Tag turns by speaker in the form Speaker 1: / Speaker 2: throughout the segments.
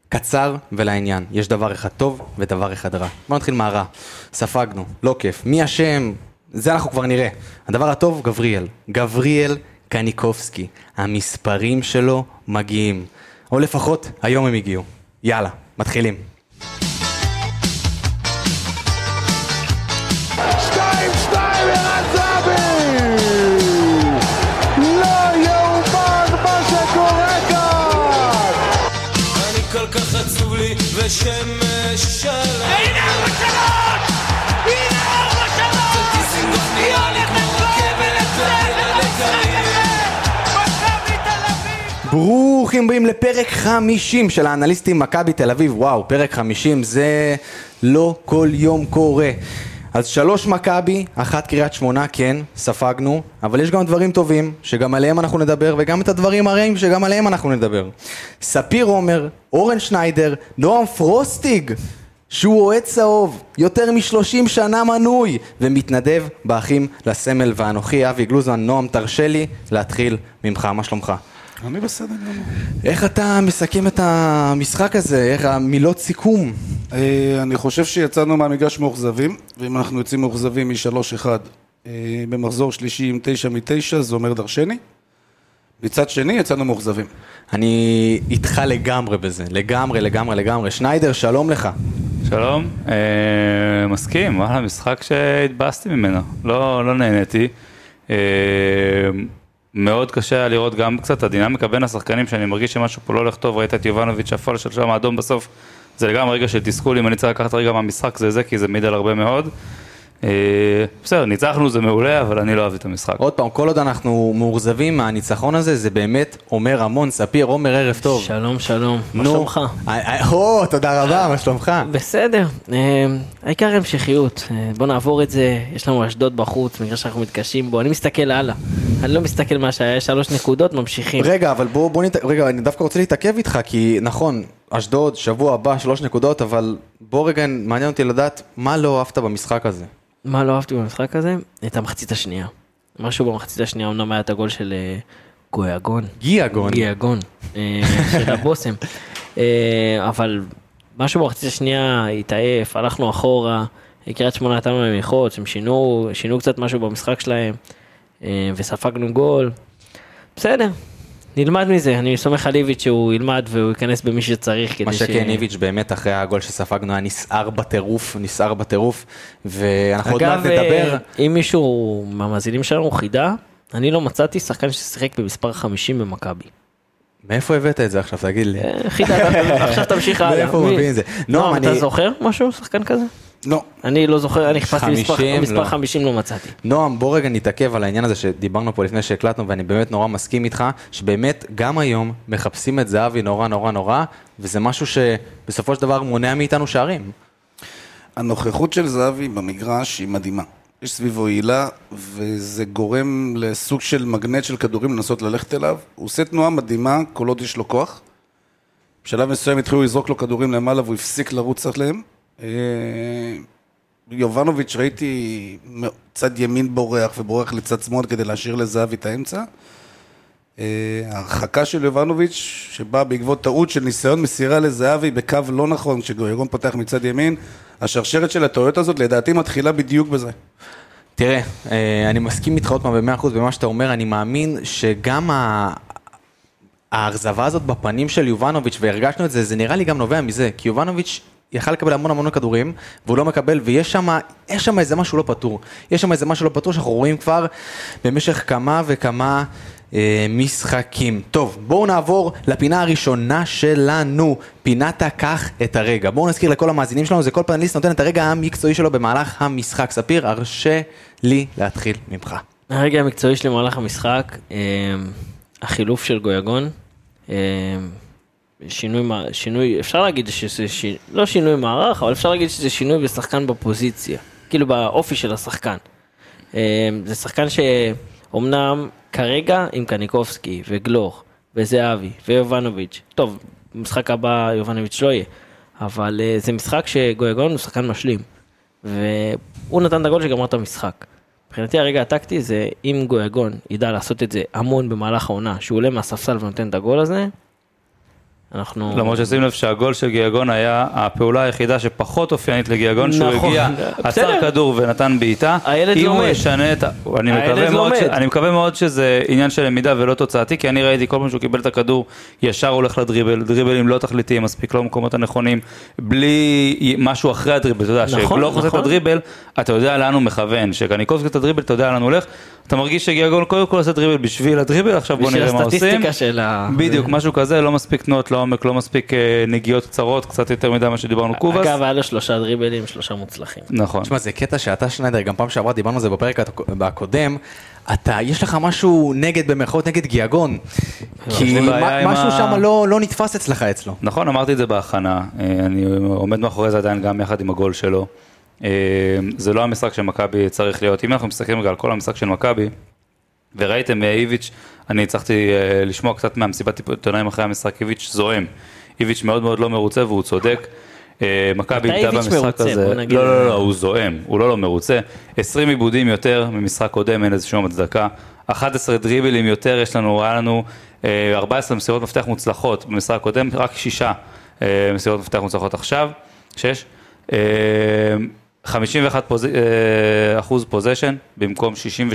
Speaker 1: קצר ולעניין. יש דבר אחד טוב ודבר אחד רע. בוא נתחיל מהרע. ספגנו, לא כיף. מי אשם? זה אנחנו כבר נראה. הדבר הטוב, גבריאל קניקובסקי. המספרים שלו מגיעים. או לפחות, היום הם הגיעו. יאללה, מתחילים.
Speaker 2: 2-2 ערן זהבי! לא יאומן מה שקורה כאן!
Speaker 3: אני כל כך עצוב לי ושמש שלם.
Speaker 4: הנה 4-3! הנה 4-3!
Speaker 3: זה דיסינגוף נראה לי כמו רכבת לילה לקריירה.
Speaker 4: מכבי תל אביב!
Speaker 1: ברוכים באים לפרק 50 של האנליסטים מכבי תל אביב. וואו, פרק 50 זה לא כל יום קורה. אז 3 מכבי, 1 קריית שמונה, כן, ספגנו, אבל יש גם דברים טובים שגם עליהם אנחנו נדבר, וגם את הדברים הרעים שגם עליהם אנחנו נדבר. ספיר עומר, אורן שניידר, נועם פרוסטיג, שהוא אוהד צהוב, יותר מ-30 שנה מנוי, ומתנדב באחים לסמל. ואנוכי, אבי גלוזמן. נועם, תרשה לי להתחיל ממך, מה שלומך?
Speaker 5: אני בסדר גמור.
Speaker 1: איך אתה מסכם את המשחק הזה? איך המילות סיכום?
Speaker 5: אני חושב שיצאנו מהמגרש מאוכזבים, ואם אנחנו יוצאים מאוכזבים מ-3-1 במחזור שלישי עם 9-9, זה אומר דרשני. מצד שני, יצאנו מאוכזבים.
Speaker 1: אני איתך לגמרי בזה, לגמרי. שניידר, שלום לך.
Speaker 6: שלום, מסכים, וואלה, משחק שהתבאסתי ממנו, לא נהניתי. מאוד קשה היה לראות גם קצת הדינמיקה בין השחקנים, שאני מרגיש שמשהו פה לא הולך טוב. ראית את יובנוביץ' שהפועל של שם האדום בסוף, זה לגמרי רגע של תסכול. אם אני צריך לקחת רגע מהמשחק זה, כי זה מעיד על הרבה מאוד. בסדר, ניצחנו, זה מעולה, אבל אני לא אוהב את המשחק.
Speaker 1: עוד פעם, כל עוד אנחנו מאוכזבים מהניצחון הזה, זה באמת אומר המון. ספיר עומר, ערב טוב.
Speaker 7: שלום, מה שלומך?
Speaker 1: תודה רבה, מה שלומך?
Speaker 7: בסדר, העיקר המשכיות, בוא נעבור את זה. יש לנו אשדוד בחוץ, מגרש שאנחנו מתקשים בו, אני מסתכל הלאה, אני לא מסתכל מה שהיה, 3 נקודות, ממשיכים.
Speaker 1: רגע, אבל רגע, אני דווקא רוצה להתעכב איתך, כי נכון, אשדוד, שבוע הבא, 3 נקודות, אבל בוא רגע, מעניין אותי לדעת, מה לא אהבת במשחק הזה?
Speaker 7: מה לא אהבתי במשחק הזה? את המחצית השנייה. משהו במחצית השנייה, אומנם היה את הגול של גיאגון, של הבוסם. אבל משהו במחצית השנייה התעייף, הלכנו אחורה, קריית שמונה נתנו להם מחוץ, הם שינו קצת משהו במשחק שלהם, וספגנו גול. בסדר, נלמד מזה, אני סומך על איביץ' שהוא ילמד והוא ייכנס במי שצריך.
Speaker 1: מה שכן, איביץ' באמת אחרי הגול שספגנו היה נסער בטירוף, ואנחנו עוד מעט נדבר.
Speaker 7: אם מישהו מהמאזינים שלנו חידה, אני לא מצאתי שחקן ששיחק במספר 50 במכבי.
Speaker 1: מאיפה הבאת את זה עכשיו, תגיד לי?
Speaker 7: חידה, עכשיו תמשיך הלאה.
Speaker 1: מאיפה הוא מביא את זה?
Speaker 7: נועם, אתה זוכר משהו, שחקן כזה?
Speaker 5: לא.
Speaker 7: אני לא זוכר, אני חפשתי מספר 50 לא מצאתי.
Speaker 1: נועם, בוא רגע נתעכב על העניין הזה שדיברנו פה לפני שהקלטנו, ואני באמת נורא מסכים איתך, שבאמת גם היום מחפשים את זהבי נורא, וזה משהו שבסופו של דבר מונע מאיתנו שערים.
Speaker 5: הנוכחות של זהבי במגרש היא מדהימה. יש סביבו עילה, וזה גורם לסוג של מגנט של כדורים לנסות ללכת אליו. הוא עושה תנועה מדהימה, כל עוד יש לו כוח. בשלב מסוים התחילו לזרוק לו כדורים למעלה, והוא הפסיק לרוץ עליהם. יובנוביץ' ראיתי צד ימין בורח לצד שמאל כדי להשאיר לזהבי את האמצע. ההרחקה של יובנוביץ' שבאה בעקבות טעות של ניסיון מסירה לזהבי בקו לא נכון, כשגוירון פותח מצד ימין, השרשרת של הטעויות הזאת לדעתי מתחילה בדיוק בזה.
Speaker 1: תראה, אני מסכים איתך עוד פעם ב100% במה שאתה אומר. אני מאמין שגם האכזבה הזאת בפנים של יובנוביץ' והרגשנו את זה, זה נראה לי גם נובע מזה, כי יובנוביץ' יכל לקבל המון כדורים, והוא לא מקבל, ויש שם איזה משהו לא פתור. יש שם איזה משהו לא פתור שאנחנו רואים כבר במשך כמה וכמה משחקים. טוב, בואו נעבור לפינה הראשונה שלנו, פינת קח את הרגע. בואו נזכיר לכל המאזינים שלנו, זה כל פאנליסט נותן את הרגע המקצועי שלו במהלך המשחק. ספיר, הרשה לי להתחיל ממך.
Speaker 7: הרגע המקצועי שלי במהלך המשחק, החילוף של גויגון, שינוי, אפשר להגיד שזה לא שינוי מערך, אבל אפשר להגיד שזה שינוי בשחקן בפוזיציה, כאילו באופי של השחקן. זה שחקן שאומנם כרגע עם קניקובסקי וגלוך וזהבי ויובנוביץ', טוב, במשחק הבא יובנוביץ' לא יהיה, אבל זה משחק שגויגון הוא שחקן משלים, והוא נתן את הגול שגמר את המשחק. מבחינתי הרגע הטקטי זה אם גויגון ידע לעשות את זה המון במהלך העונה, שהוא עולה מהספסל ונותן את הגול הזה, אנחנו...
Speaker 6: למרות ששים לב שהגול של גיאגון היה הפעולה היחידה שפחות אופיינית לגיאגון, שהוא
Speaker 7: נכון.
Speaker 6: הגיע, עצר כדור ונתן בעיטה.
Speaker 7: הילד
Speaker 6: אם הוא
Speaker 7: לומד.
Speaker 6: ישנה את... אני מקווה מאוד שזה עניין של למידה ולא תוצאתי, כי אני ראיתי כל פעם שהוא קיבל את הכדור, ישר הולך לדריבל, דריבלים לא תכליתיים, מספיק לא במקומות הנכונים, בלי משהו אחרי הדריבל, אתה יודע, שגלוך עושה את הדריבל, אתה יודע לאן הוא מכוון, שקניקובסקי את הדריבל, אתה יודע לאן הוא הולך, אתה מרגיש שגיאגון קודם כל עושה דריבל בשביל הדריבל, עכשיו בוא נראה מה עושים. בדיוק, משהו כזה, לא מספיק תנועות לעומק, לא מספיק נגיעות קצרות, קצת יותר מדי מה שדיברנו קובס.
Speaker 7: אגב, היה לו 3 דריבלים, 3 מוצלחים.
Speaker 6: נכון.
Speaker 1: תשמע, זה קטע שאתה שניידר, גם פעם שעברה דיברנו על זה בפרק הקודם, יש לך משהו במרכאות נגד גיאגון, כי משהו שם לא נתפס אצלו.
Speaker 6: נכון, אמרתי את זה בהכנה, אני עומד מאחורי זה עדיין גם יחד עם הגול שלו. זה לא המשחק של מכבי צריך להיות, אם אנחנו מסתכלים על כל המשחק של מכבי, וראיתם איביץ', אני הצלחתי לשמוע קצת מהמסיבת עיתונאים אחרי המשחק, איביץ' זועם. איביץ' מאוד מאוד לא מרוצה והוא צודק. מכבי איבדה במשחק הזה. לא, הוא זועם, הוא לא מרוצה. 20 עיבודים יותר ממשחק קודם, אין איזושהי הצדקה. 11 דריבלים יותר, היה לנו 14 מסירות מפתח מוצלחות במשחק קודם, רק 6 מסירות מפתח מוצלחות עכשיו, 6. 51% פוזיישן, במקום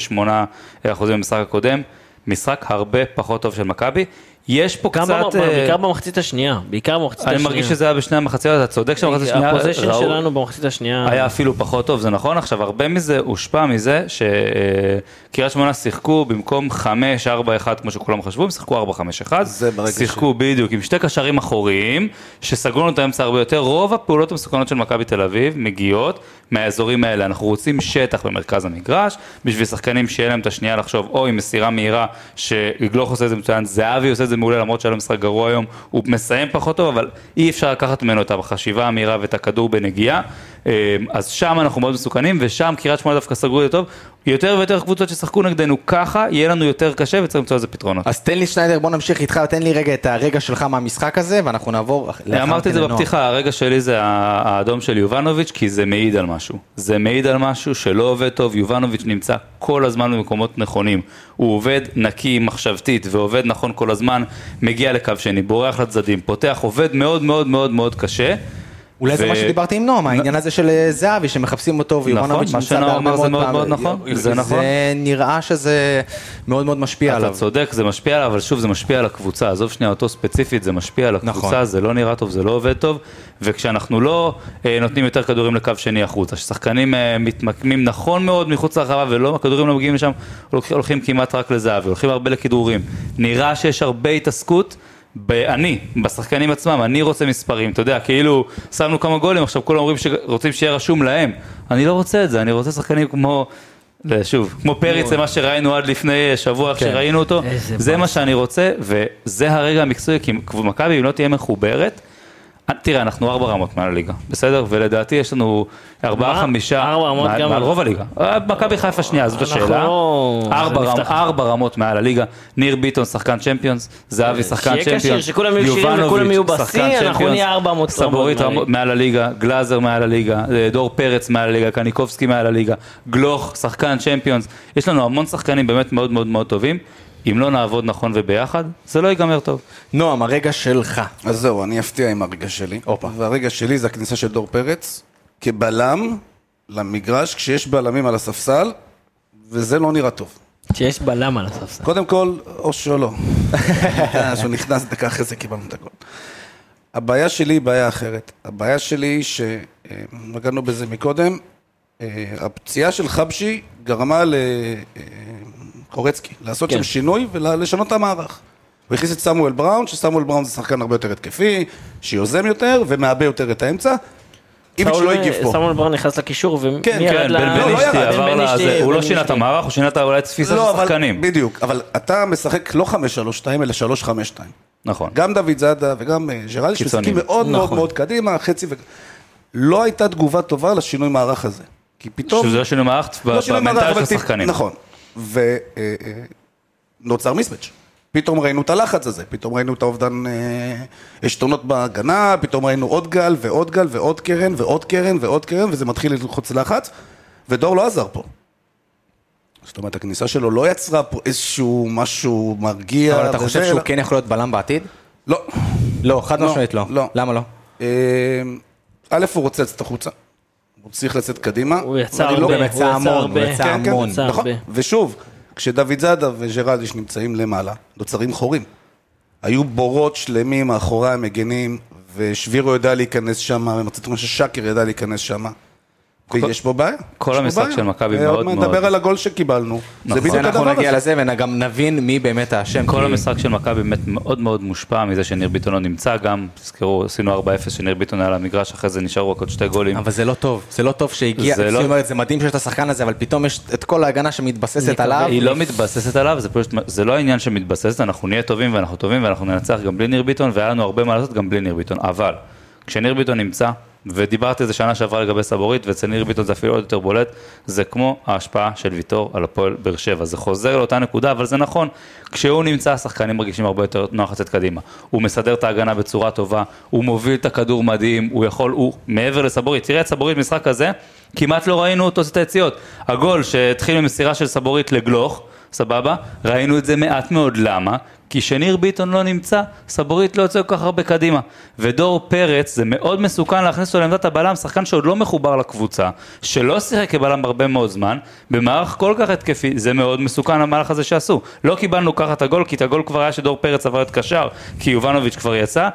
Speaker 6: 68% במשחק הקודם, משחק הרבה פחות טוב של מכבי. יש פה קצת...
Speaker 7: בעיקר במחצית השנייה,
Speaker 6: אני מרגיש שזה היה בשני המחציות, אתה צודק שהמחצית השנייה...
Speaker 7: הפוזיישן שלנו במחצית השנייה...
Speaker 6: היה אפילו פחות טוב, זה נכון? עכשיו, הרבה מזה הושפע מזה שקריית שמונה שיחקו במקום 5-4-1, כמו שכולם חשבו, הם שיחקו 4-5-1. שיחקו בדיוק עם 2 קשרים אחוריים, שסגרו לנו את האמצע הרבה יותר. רוב הפעולות המסוכנות של מכבי תל אביב מגיעות מהאזורים האלה. אנחנו רוצים שטח במרכז המגרש, בשביל שחקנים שיהיה להם את השנייה לחשוב, או עם מסירה מהירה, שגלוך עושה את זה מצוין, זהבי עושה את זה מעולה, למרות שהיה לו משחק גרוע היום, הוא מסיים פחות טוב, אבל אי אפשר לקחת ממנו את החשיבה המהירה ואת הכדור בנגיעה, אז שם אנחנו מאוד מסוכנים, ושם קריית שמונה דווקא סגרו את זה טוב, יותר ויותר קבוצות ששחקו נגדנו ככה, יהיה לנו יותר קשה וצריך למצוא איזה פתרונות.
Speaker 1: אז תן לי שניידר, בוא נמשיך איתך, תן לי רגע את הרגע שלך מהמשחק הזה, ואנחנו נעבור...
Speaker 6: אמרתי את זה בפתיחה, הרגע שלי זה האדום של יובנוביץ', כי זה מעיד על משהו. זה מעיד על משהו שלא עובד טוב, יובנוביץ' נמצא כל הזמן במקומות נכונים. הוא עובד נקי, מחשבתית, ועובד נכון כל הזמן, מגיע לקו שני, בורח לצדדים, פותח, עובד מאוד מאוד מאוד מאוד קשה.
Speaker 1: אולי זה מה שדיברתי עם נועם, העניין הזה של זהבי, שמחפשים אותו, ויובנוביץ' נמצא בהרבה מאוד פעם. זה נראה שזה מאוד מאוד משפיע עליו.
Speaker 6: אתה צודק, זה משפיע עליו, אבל שוב, זה משפיע על הקבוצה. עזוב שנייה אותו ספציפית, זה משפיע על הקבוצה, זה לא נראה טוב, זה לא עובד טוב, וכשאנחנו לא נותנים יותר כדורים לקו שני החוצה, ששחקנים מתמקמים נכון מאוד מחוץ לרחבה, והכדורים לא מגיעים לשם, הולכים כמעט רק לזהבי, הולכים הרבה לכדרורים. נראה שיש הרבה התעסקות בשחקנים עצמם, אני רוצה מספרים, אתה יודע, כאילו שמנו כמה גולים, עכשיו כולם אומרים שרוצים שיהיה רשום להם, אני לא רוצה את זה, אני רוצה שחקנים כמו, שוב, כמו פריץ, זה מה שראינו עד לפני שבוע, כשראינו אותו, זה מה שאני רוצה, וזה הרגע המקצועי, כי מכבי אם לא תהיה מחוברת, תראה, אנחנו 4 רמות מעל הליגה, בסדר? ולדעתי יש לנו 4-5 מעל רוב הליגה. מכבי חיפה שנייה, זאת השאלה. 4 רמות מעל הליגה. ניר ביטון, שחקן צ'מפיונס, זהבי, שחקן צ'מפיונס, יובנוביץ', שחקן צ'מפיונס, סבורית מעל הליגה, גלאזר מעל הליגה, דור פרץ מעל הליגה, קניקובסקי מעל הליגה, גלוך, שחקן צ'מפיונס. יש לנו המון שחקנים באמת מאוד מאוד מאוד טובים. אם לא נעבוד נכון וביחד, זה לא ייגמר טוב.
Speaker 1: נועם, הרגע שלך.
Speaker 5: אז זהו, אני אפתיע עם הרגע שלי. והרגע שלי זה הכניסה של דור פרץ, כבלם למגרש, כשיש בלמים על הספסל, וזה לא נראה טוב.
Speaker 7: כשיש בלם על הספסל.
Speaker 5: קודם כל, או שלא. שהוא נכנס דקה אחרי זה, קיבלנו את הכל. הבעיה שלי היא בעיה אחרת. הבעיה שלי היא שנגענו בזה מקודם, הפציעה של חבשי גרמה קורצקי, לעשות שם שינוי ולשנות את המערך. הוא הכניס את סמואל בראון, שסמואל בראון זה שחקן הרבה יותר התקפי, שיוזם יותר ומעבה יותר את האמצע. איביץ' לא הגיב פה.
Speaker 7: סמואל בראון נכנס לקישור
Speaker 6: כן, בן בנישתי, הוא לא שינה את המערך, הוא שינה את אולי תפיסה של שחקנים.
Speaker 5: בדיוק, אבל אתה משחק לא 5-3-2, אלא 3-5-2.
Speaker 6: נכון.
Speaker 5: גם דוד זאדה וגם ג'רלדש משחקים מאוד מאוד מאוד קדימה, חצי לא הייתה תגובה טובה לשינוי מערך הזה. כי פתאום...
Speaker 6: שזה שינוי מערך במנטל של השחקנים.
Speaker 5: נכון. ונוצר מיסמץ'. פתאום ראינו את הלחץ הזה, פתאום ראינו את האובדן השתונות בהגנה, פתאום ראינו עוד גל ועוד גל ועוד קרן ועוד קרן ועוד קרן, וזה מתחיל ללחוץ לחץ, ודור לא עזר פה. זאת אומרת, הכניסה שלו לא יצרה פה איזשהו משהו מרגיע.
Speaker 1: אבל אתה חושב שהוא כן יכול להיות בלם בעתיד?
Speaker 5: לא.
Speaker 1: לא, חד משמעית לא.
Speaker 5: לא.
Speaker 1: למה לא?
Speaker 5: א', הוא רוצה לצאת החוצה. הוא צריך לצאת קדימה.
Speaker 7: הוא יצא
Speaker 5: ואני
Speaker 7: הרבה,
Speaker 5: לא-
Speaker 1: הוא יצא המון, הוא יצא
Speaker 5: כן, כן,
Speaker 1: המון.
Speaker 7: יצא
Speaker 5: נכון.
Speaker 7: הרבה.
Speaker 5: ושוב, כשדוד זאדה וג'רלדש נמצאים למעלה, נוצרים חורים. היו בורות שלמים מאחורי המגנים, ושבירו יודע להיכנס שם, ומצאתי מה ששקר ידע להיכנס שם. ויש פה בעיה.
Speaker 6: כל
Speaker 5: יש פה
Speaker 6: המשחק
Speaker 5: בעיה.
Speaker 6: של מכבי
Speaker 5: ועוד
Speaker 6: מאוד
Speaker 5: מעט
Speaker 6: מאוד-
Speaker 5: נדבר על הגול שקיבלנו. זה
Speaker 6: נכון.
Speaker 5: בדיוק
Speaker 1: אנחנו
Speaker 5: הדבר
Speaker 1: נגיע
Speaker 5: הזה.
Speaker 1: לזה וגם נבין מי באמת האשם.
Speaker 6: כל
Speaker 1: כי-
Speaker 6: המשחק של מכבי באמת מאוד מאוד מושפע מזה שניר ביטון לא נמצא גם, תזכרו, עשינו 4-0 שניר ביטון היה למגרש, אחרי זה נשארו רק עוד 2 גולים.
Speaker 1: אבל זה לא טוב, זה לא טוב שהגיע,
Speaker 6: זה לא-
Speaker 1: זאת אומרת, זה מדהים שיש את השחקן הזה, אבל פתאום יש את כל ההגנה שמתבססת
Speaker 7: נקווה.
Speaker 1: עליו.
Speaker 6: היא לא מתבססת עליו, זה לא העניין שמתבססת, אנחנו נהיה טובים ואנחנו טובים ואנחנו ננצח גם בלי ניר ביטון, והיה לנו הרבה מה לעשות גם בלי ניר ביטון, אבל כשניר ביטון נמצא, ודיברתי על זה שנה שעברה לגבי סבורית, ואצל ניר ביטון זה אפילו עוד יותר בולט, זה כמו ההשפעה של ויטור על הפועל באר שבע, זה חוזר לאותה נקודה, אבל זה נכון, כשהוא נמצא, השחקנים מרגישים הרבה יותר נוח לצאת קדימה, הוא מסדר את ההגנה בצורה טובה, הוא מוביל את הכדור מדהים, הוא מעבר לסבורית, תראה את סבורית משחק הזה, כמעט לא ראינו אותו את היציאות, הגול שהתחיל ממסירה של סבורית לגלוך, סבבה, ראינו את זה מעט מאוד, למה? כי שניר ביטון לא נמצא, סבורית לא יוצא כל כך הרבה קדימה. ודור פרץ, זה מאוד מסוכן להכניס אותו לעמדת הבלם, שחקן שעוד לא מחובר לקבוצה, שלא שיחק כבלם הרבה מאוד זמן, במערך כל כך התקפי, זה מאוד מסוכן המהלך הזה שעשו. לא קיבלנו ככה את הגול, כי את הגול כבר היה שדור פרץ עבר את קשר, כי יובנוביץ' כבר יצא.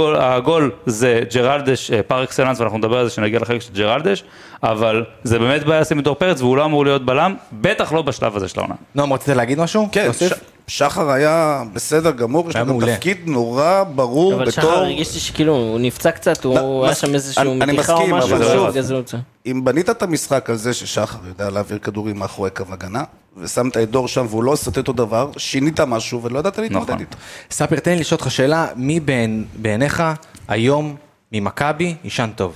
Speaker 6: הגול זה ג'רלדש, פר אקסלנס, ואנחנו נדבר על זה שנגיע לחלק של ג'רלדש, אבל זה באמת בעיה לשים את דור פרץ, והוא לא אמור להיות בלם, בטח לא בשלב הזה של העונה.
Speaker 1: נועם, רצית להגיד משהו?
Speaker 5: כן,
Speaker 1: להוסיף?
Speaker 5: שחר היה בסדר גמור, יש
Speaker 1: היה
Speaker 5: לו גם
Speaker 1: מעולה.
Speaker 5: תפקיד נורא ברור
Speaker 7: אבל שחר
Speaker 5: בתור...
Speaker 7: הרגיש לי שכאילו הוא נפצע קצת, הוא היה שם איזשהו
Speaker 5: אני
Speaker 7: מתיחה או
Speaker 5: מסכים,
Speaker 7: משהו,
Speaker 5: אבל
Speaker 6: שוב,
Speaker 7: בגלל זה הוא יוצא.
Speaker 5: אם בנית את המשחק על זה ששחר יודע להעביר כדורים מאחורי קו הגנה, ושמת את דור שם והוא לא עושה את אותו דבר, שינית משהו ולא ידעת להתמודד
Speaker 6: נכון.
Speaker 5: איתו.
Speaker 1: ספיר, תן לי לשאול אותך שאלה, מי בעיניך היום ממכבי ישן טוב?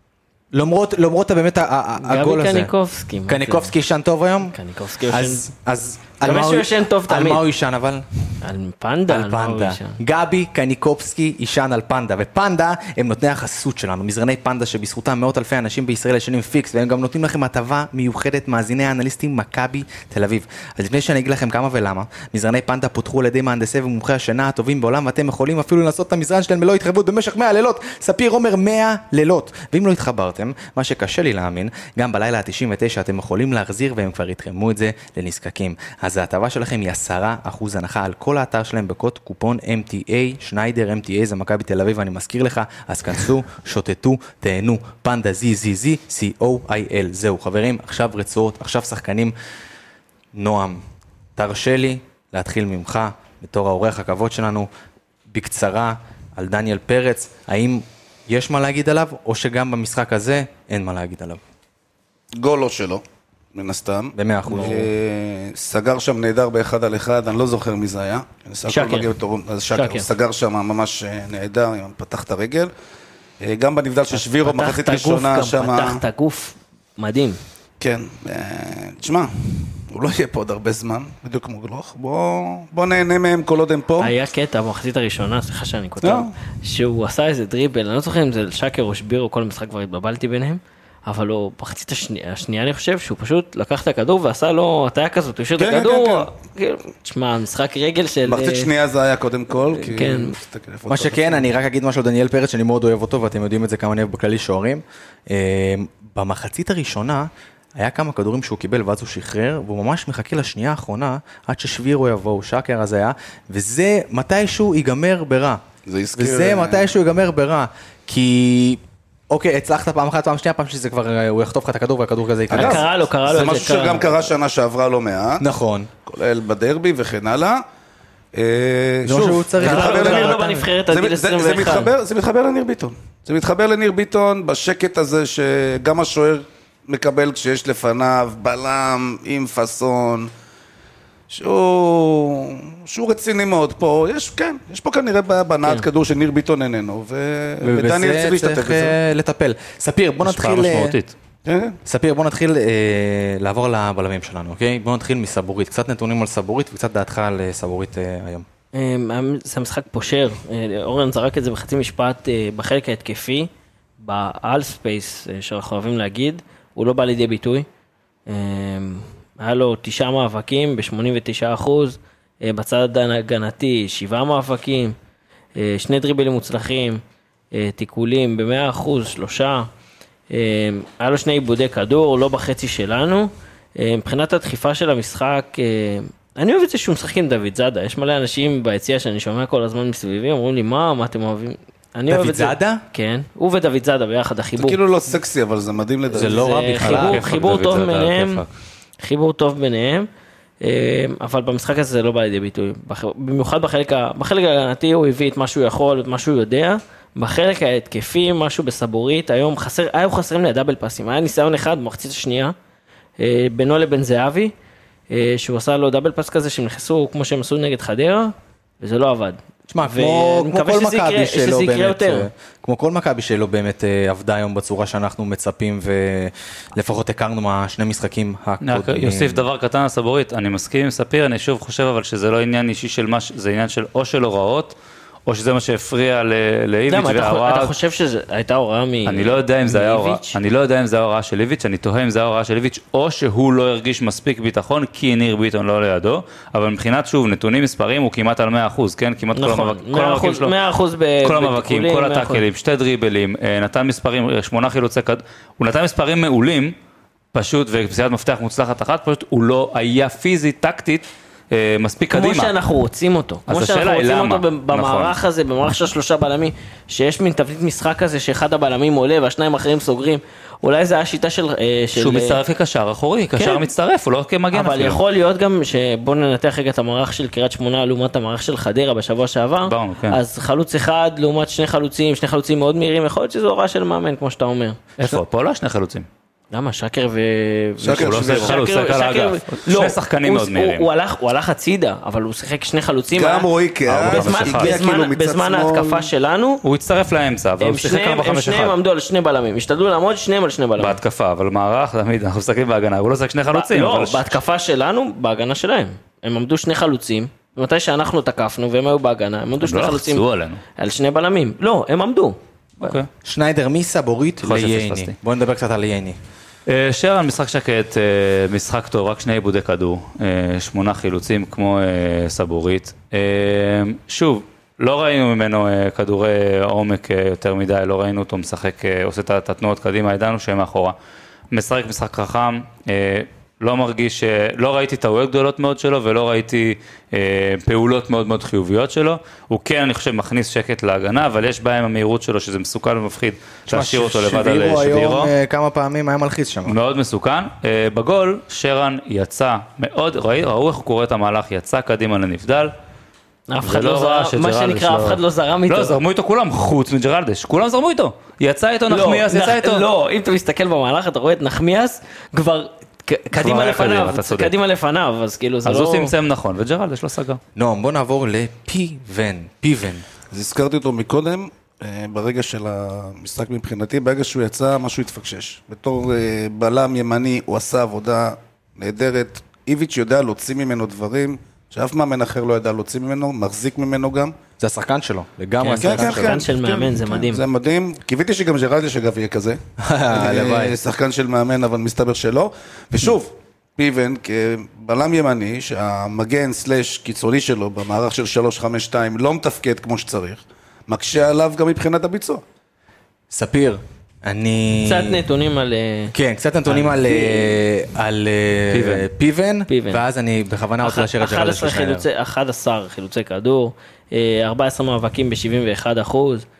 Speaker 1: למרות באמת הגול הזה.
Speaker 7: גבי קניקובסקי. מה זה?
Speaker 1: קניקובסקי ישן טוב היום?
Speaker 7: קניקובסקי ישן.
Speaker 1: אז
Speaker 7: גם
Speaker 1: על מה
Speaker 7: שהוא
Speaker 1: הוא-
Speaker 7: ישן טוב
Speaker 1: על
Speaker 7: תמיד.
Speaker 1: מה הוא ישן אבל?
Speaker 7: על פנדה.
Speaker 1: על
Speaker 7: על מה הוא
Speaker 1: פנדה.
Speaker 7: ישן?
Speaker 1: גבי קניקובסקי ישן על פנדה, ופנדה הם נותני החסות שלנו, מזרני פנדה שבזכותם מאות אלפי אנשים בישראל ישנים פיקס, והם גם נותנים לכם הטבה מיוחדת מאזיני האנליסטים מכבי תל אביב. אז לפני שאני אגיד לכם כמה ולמה, מזרני פנדה פותחו על ידי מהנדסי ומומחי השינה הטובים בעולם, ואתם יכולים אפילו לנסות את המזרן שלהם בלא התחייבות במשך 100 לילות. ספיר אומר 100 לילות. ואם לא התחברתם, מה שקשה לי להאמין, גם בלילה ה-99 אתם יכולים להחזיר והם כבר יתחמו את זה לנזקקים. אז ההטבה שלכם היא 10% הנחה על כל האתר שלהם בקוד קופון MTA, שניידר MTA זה מכבי תל אביב, אני מזכיר לך, אז כנסו, שוטטו, תהנו, פנדה ZZZ, COIL. זהו חברים, עכשיו רצועות, עכשיו שחקנים. נועם, תרשה לי להתחיל ממך בתור האורח הכבוד שלנו, בקצרה על דניאל פרץ, האם יש מה להגיד עליו, או שגם במשחק הזה אין מה להגיד עליו?
Speaker 5: גול לא שלו, מן הסתם.
Speaker 1: ב100%.
Speaker 5: סגר שם נהדר באחד על אחד, אני לא זוכר מי זה היה.
Speaker 7: שקר.
Speaker 5: אז שקר, הוא סגר שם ממש נהדר, פתח את הרגל. גם בנבדל של שבירו,
Speaker 7: פתח
Speaker 5: מחצית
Speaker 7: את הגוף,
Speaker 5: ראשונה
Speaker 7: גם
Speaker 5: שם.
Speaker 7: פתח את הגוף, מדהים.
Speaker 5: כן, תשמע, הוא לא יהיה פה עוד הרבה זמן, בדיוק כמו גלוך. בוא נהנה מהם כל עוד הם פה.
Speaker 7: היה קטע במחצית הראשונה, סליחה שאני כותב,
Speaker 5: לא.
Speaker 7: שהוא עשה איזה דריבל, אני לא זוכר אם זה שקר או שבירו, כל המשחק כבר התבלבלתי ביניהם, אבל הוא במחצית השנייה אני חושב שהוא פשוט לקח את הכדור ועשה לו הטיה כזאת, הוא השאיר את
Speaker 5: כן,
Speaker 7: הכדור, כאילו, תשמע, משחק רגל של...
Speaker 5: מחצית שנייה זה היה קודם כל, כי...
Speaker 7: כן.
Speaker 5: תסתכל איפה
Speaker 1: מה
Speaker 5: אתה
Speaker 1: שכן, אני רק אגיד משהו על דניאל פרץ, שאני מאוד אוהב אותו, ואתם יודעים את זה כמה אני אוהב בכללי שוערים. במחצית הראשונה, היה כמה כדורים שהוא קיבל ואז הוא שחרר, והוא ממש מחכה לשנייה האחרונה, עד ששבירו יבוא, שקר אז היה, וזה מתישהו ייגמר ברע.
Speaker 5: זה הזכיר...
Speaker 1: וזה מתישהו ייגמר ברע, כי... אוקיי, הצלחת פעם אחת, פעם שנייה, פעם שזה כבר, הוא יחטוף לך את הכדור והכדור כזה ייכנס.
Speaker 7: קרה לו
Speaker 5: זה
Speaker 7: את
Speaker 5: משהו שגם קרה שנה שעברה לא מעט,
Speaker 1: נכון.
Speaker 5: כולל בדרבי וכן הלאה.
Speaker 1: זה מה שהוא צריך
Speaker 5: זה מתחבר
Speaker 1: לעשות.
Speaker 5: לניר-
Speaker 7: לא בנבחרת עד גיל
Speaker 5: זה
Speaker 7: 21.
Speaker 5: מתחבר לניר ביטון. זה מתחבר לניר ביטון בשקט הזה שגם השוער מקבל כשיש לפניו בלם עם פסון, שהוא רציני מאוד פה. יש פה כנראה בנעת כדור של ניר ביטון איננו, ודניאל צריך להשתתף
Speaker 1: צריך
Speaker 5: בזה.
Speaker 1: לטפל. ספיר, בוא
Speaker 6: השפעה
Speaker 1: נתחיל...
Speaker 6: משמעותית.
Speaker 5: כן.
Speaker 1: ספיר, בוא נתחיל לעבור לבלמים שלנו, אוקיי? בוא נתחיל מסבורית. קצת נתונים על סבורית וקצת דעתך על סבורית היום.
Speaker 7: זה משחק פושר, אורן זרק את זה בחצי משפט בחלק ההתקפי, באל ספייס שאנחנו אוהבים להגיד, הוא לא בא לידי ביטוי, היה לו 9 מאבקים ב-89%, בצד ההגנתי 7 מאבקים, 2 דריבלים מוצלחים, תיקולים ב100%, 3, היה לו 2 עיבודי כדור, לא בחצי שלנו, מבחינת הדחיפה של המשחק, אני אוהב את זה שהוא משחק עם דוד זאדה, יש מלא אנשים ביציע שאני שומע כל הזמן מסביבי, אומרים לי מה אתם אוהבים?
Speaker 1: דוד זאדה?
Speaker 7: כן, הוא ודוד זאדה ביחד,
Speaker 5: זה
Speaker 7: החיבור.
Speaker 5: כאילו לא סקסי, אבל זה מדהים לדעת.
Speaker 1: זה לא רע בכלל.
Speaker 7: חיבור טוב ביניהם, חיבור טוב ביניהם, אבל במשחק הזה זה לא בא לידי ביטוי. במיוחד בחלק ההגנתי הוא הביא את מה שהוא יכול, את מה שהוא יודע, בחלק ההתקפי, משהו בסבורית, היום חסרים לי הדאבל פאסים, היה ניסיון אחד במחצית השנייה, בינו לבן זהבי, שהוא עשה לו דאבל פאס כזה שהם נכנסו כמו שהם עשו נגד חדרה, וזה לא עבד.
Speaker 1: תשמע, כמו כל מכבי שלו באמת, כמו כל מכבי שלו באמת עבדה היום בצורה שאנחנו מצפים, ולפחות הכרנו מהשני משחקים הקודמים.
Speaker 6: יוסיף דבר קטן לסבורית, אני מסכים עם ספיר, אני שוב חושב אבל שזה לא עניין אישי של מה, זה עניין של או של הוראות, או שזה מה שהפריע לאיביץ' וההוראה...
Speaker 7: אתה חושב שזה הייתה הוראה מאיביץ'?
Speaker 6: אני לא יודע אם זה היה הוראה, אני לא יודע אם זה ההוראה של איביץ', אני תוהה אם זה ההוראה של איביץ', או שהוא לא הרגיש מספיק ביטחון, כי ניר ביטון לא לידו, אבל מבחינת שוב, נתונים מספרים הוא כמעט על 100%, כן? כמעט כל המאבקים שלו.
Speaker 7: 100%
Speaker 6: כל המאבקים, כל הטאקלים, 2 דריבלים, נתן מספרים, 8 חילוצי כדור, הוא נתן מספרים מעולים, פשוט, ובפסיעת מפתח מוצלחת אחת, פשוט הוא לא היה פיזית, טקטית, מספיק קדימה.
Speaker 7: כמו שאנחנו רוצים אותו. כמו שאנחנו רוצים אותו במערך הזה, במערך של 3 בלמים, שיש מין תבנית משחק כזה, שאחד הבלמים עולה והשניים האחרים סוגרים. אולי זה היה שיטה של...
Speaker 6: שהוא מצטרף כקשר אחורי, קשר מצטרף, הוא לא כמגן אפילו.
Speaker 7: אבל יכול להיות גם שבוא ננתח רגע את המערך של קריית שמונה לעומת המערך של חדרה בשבוע שעבר. אז חלוץ אחד לעומת 2 חלוצים, 2 חלוצים מאוד מהירים, יכול להיות שזו הוראה של מאמן, כמו שאתה אומר.
Speaker 6: איפה? פה לא 2 חלוצים.
Speaker 7: למה? שקר
Speaker 6: שקר, שני שחקנים מאוד מהירים.
Speaker 7: הוא הלך הצידה, אבל הוא שיחק 2 חלוצים.
Speaker 5: גם רואי
Speaker 7: בזמן ההתקפה שלנו.
Speaker 6: הוא הצטרף לאמצע, אבל הוא שיחק 4-5-1.
Speaker 7: הם שניהם עמדו על 2 בלמים, השתדלו לעמוד שניהם על 2 בלמים.
Speaker 6: בהתקפה, אבל מערך, תמיד אנחנו משחקים בהגנה, הוא לא שיחק 2 חלוצים.
Speaker 7: לא, בהתקפה שלנו, בהגנה שלהם. הם עמדו 2 חלוצים, ומתי שאנחנו תקפנו והם היו בהגנה, הם עמדו 2 חלוצים על 2 בלמים. לא, הם עמדו.
Speaker 1: שניידר מסבורית לייני. בואו נדבר קצת על ייני.
Speaker 6: שרן, משחק שקט, משחק טוב, רק 2 עיבודי כדור, 8 חילוצים כמו סבורית. שוב, לא ראינו ממנו כדורי עומק יותר מדי, לא ראינו אותו משחק, עושה את התנועות קדימה, ידענו שהם מאחורה. משחק חכם, לא מרגיש, לא ראיתי טעויות גדולות מאוד שלו, ולא ראיתי פעולות מאוד מאוד חיוביות שלו. הוא כן, אני חושב, מכניס שקט להגנה, אבל יש בהם המהירות שלו, שזה מסוכן ומפחיד, להשאיר אותו לבד על שבירו.
Speaker 1: היום כמה פעמים היה מלחיץ שם.
Speaker 6: מאוד מסוכן. בגול, שרן יצא מאוד, ראו איך הוא קורא את המהלך, יצא קדימה לנבדל.
Speaker 7: אף אחד לא זרם, מה שנקרא, אף אחד לא זרם איתו.
Speaker 6: לא, זרמו איתו כולם, חוץ מג'רלדש, כולם זרמו איתו. יצא איתו נחמיאס, יצא איתו.
Speaker 7: לא, אם אתה מסתכל במהלך, אתה רואה את נחמיאס, כבר קדימה לפניו, אז כאילו זה לא...
Speaker 6: אז הוא צמצם נכון, וג'רלדש לא סגר.
Speaker 1: נועם, בוא נעבור לפיבן.
Speaker 5: אז הזכרתי אותו מקודם, ברגע של המשחק מבחינתי, ברגע שהוא יצא, משהו התפקשש. בתור בלם ימני, הוא עשה עבודה נהדרת. איביץ' יודע להוציא ממנו דברים, שאף מאמן אחר לא ידע להוציא ממנו, מחזיק ממנו גם.
Speaker 1: זה השחקן שלו, לגמרי
Speaker 7: השחקן של מאמן, זה מדהים.
Speaker 5: זה מדהים, קיוויתי שגם ג'רלדש אגב יהיה כזה. שחקן של מאמן, אבל מסתבר שלא. ושוב, פיבן כבלם ימני, שהמגן סלש קיצוני שלו במערך של 3-5-2 לא מתפקד כמו שצריך, מקשה עליו גם מבחינת הביצוע.
Speaker 1: ספיר,
Speaker 7: קצת נתונים על...
Speaker 1: כן, קצת נתונים על פיבן, ואז אני בכוונה רוצה להשאיר את ג'רלדש ושניינר.
Speaker 7: 11 חילוצי כדור, 14 מאבקים ב-71%,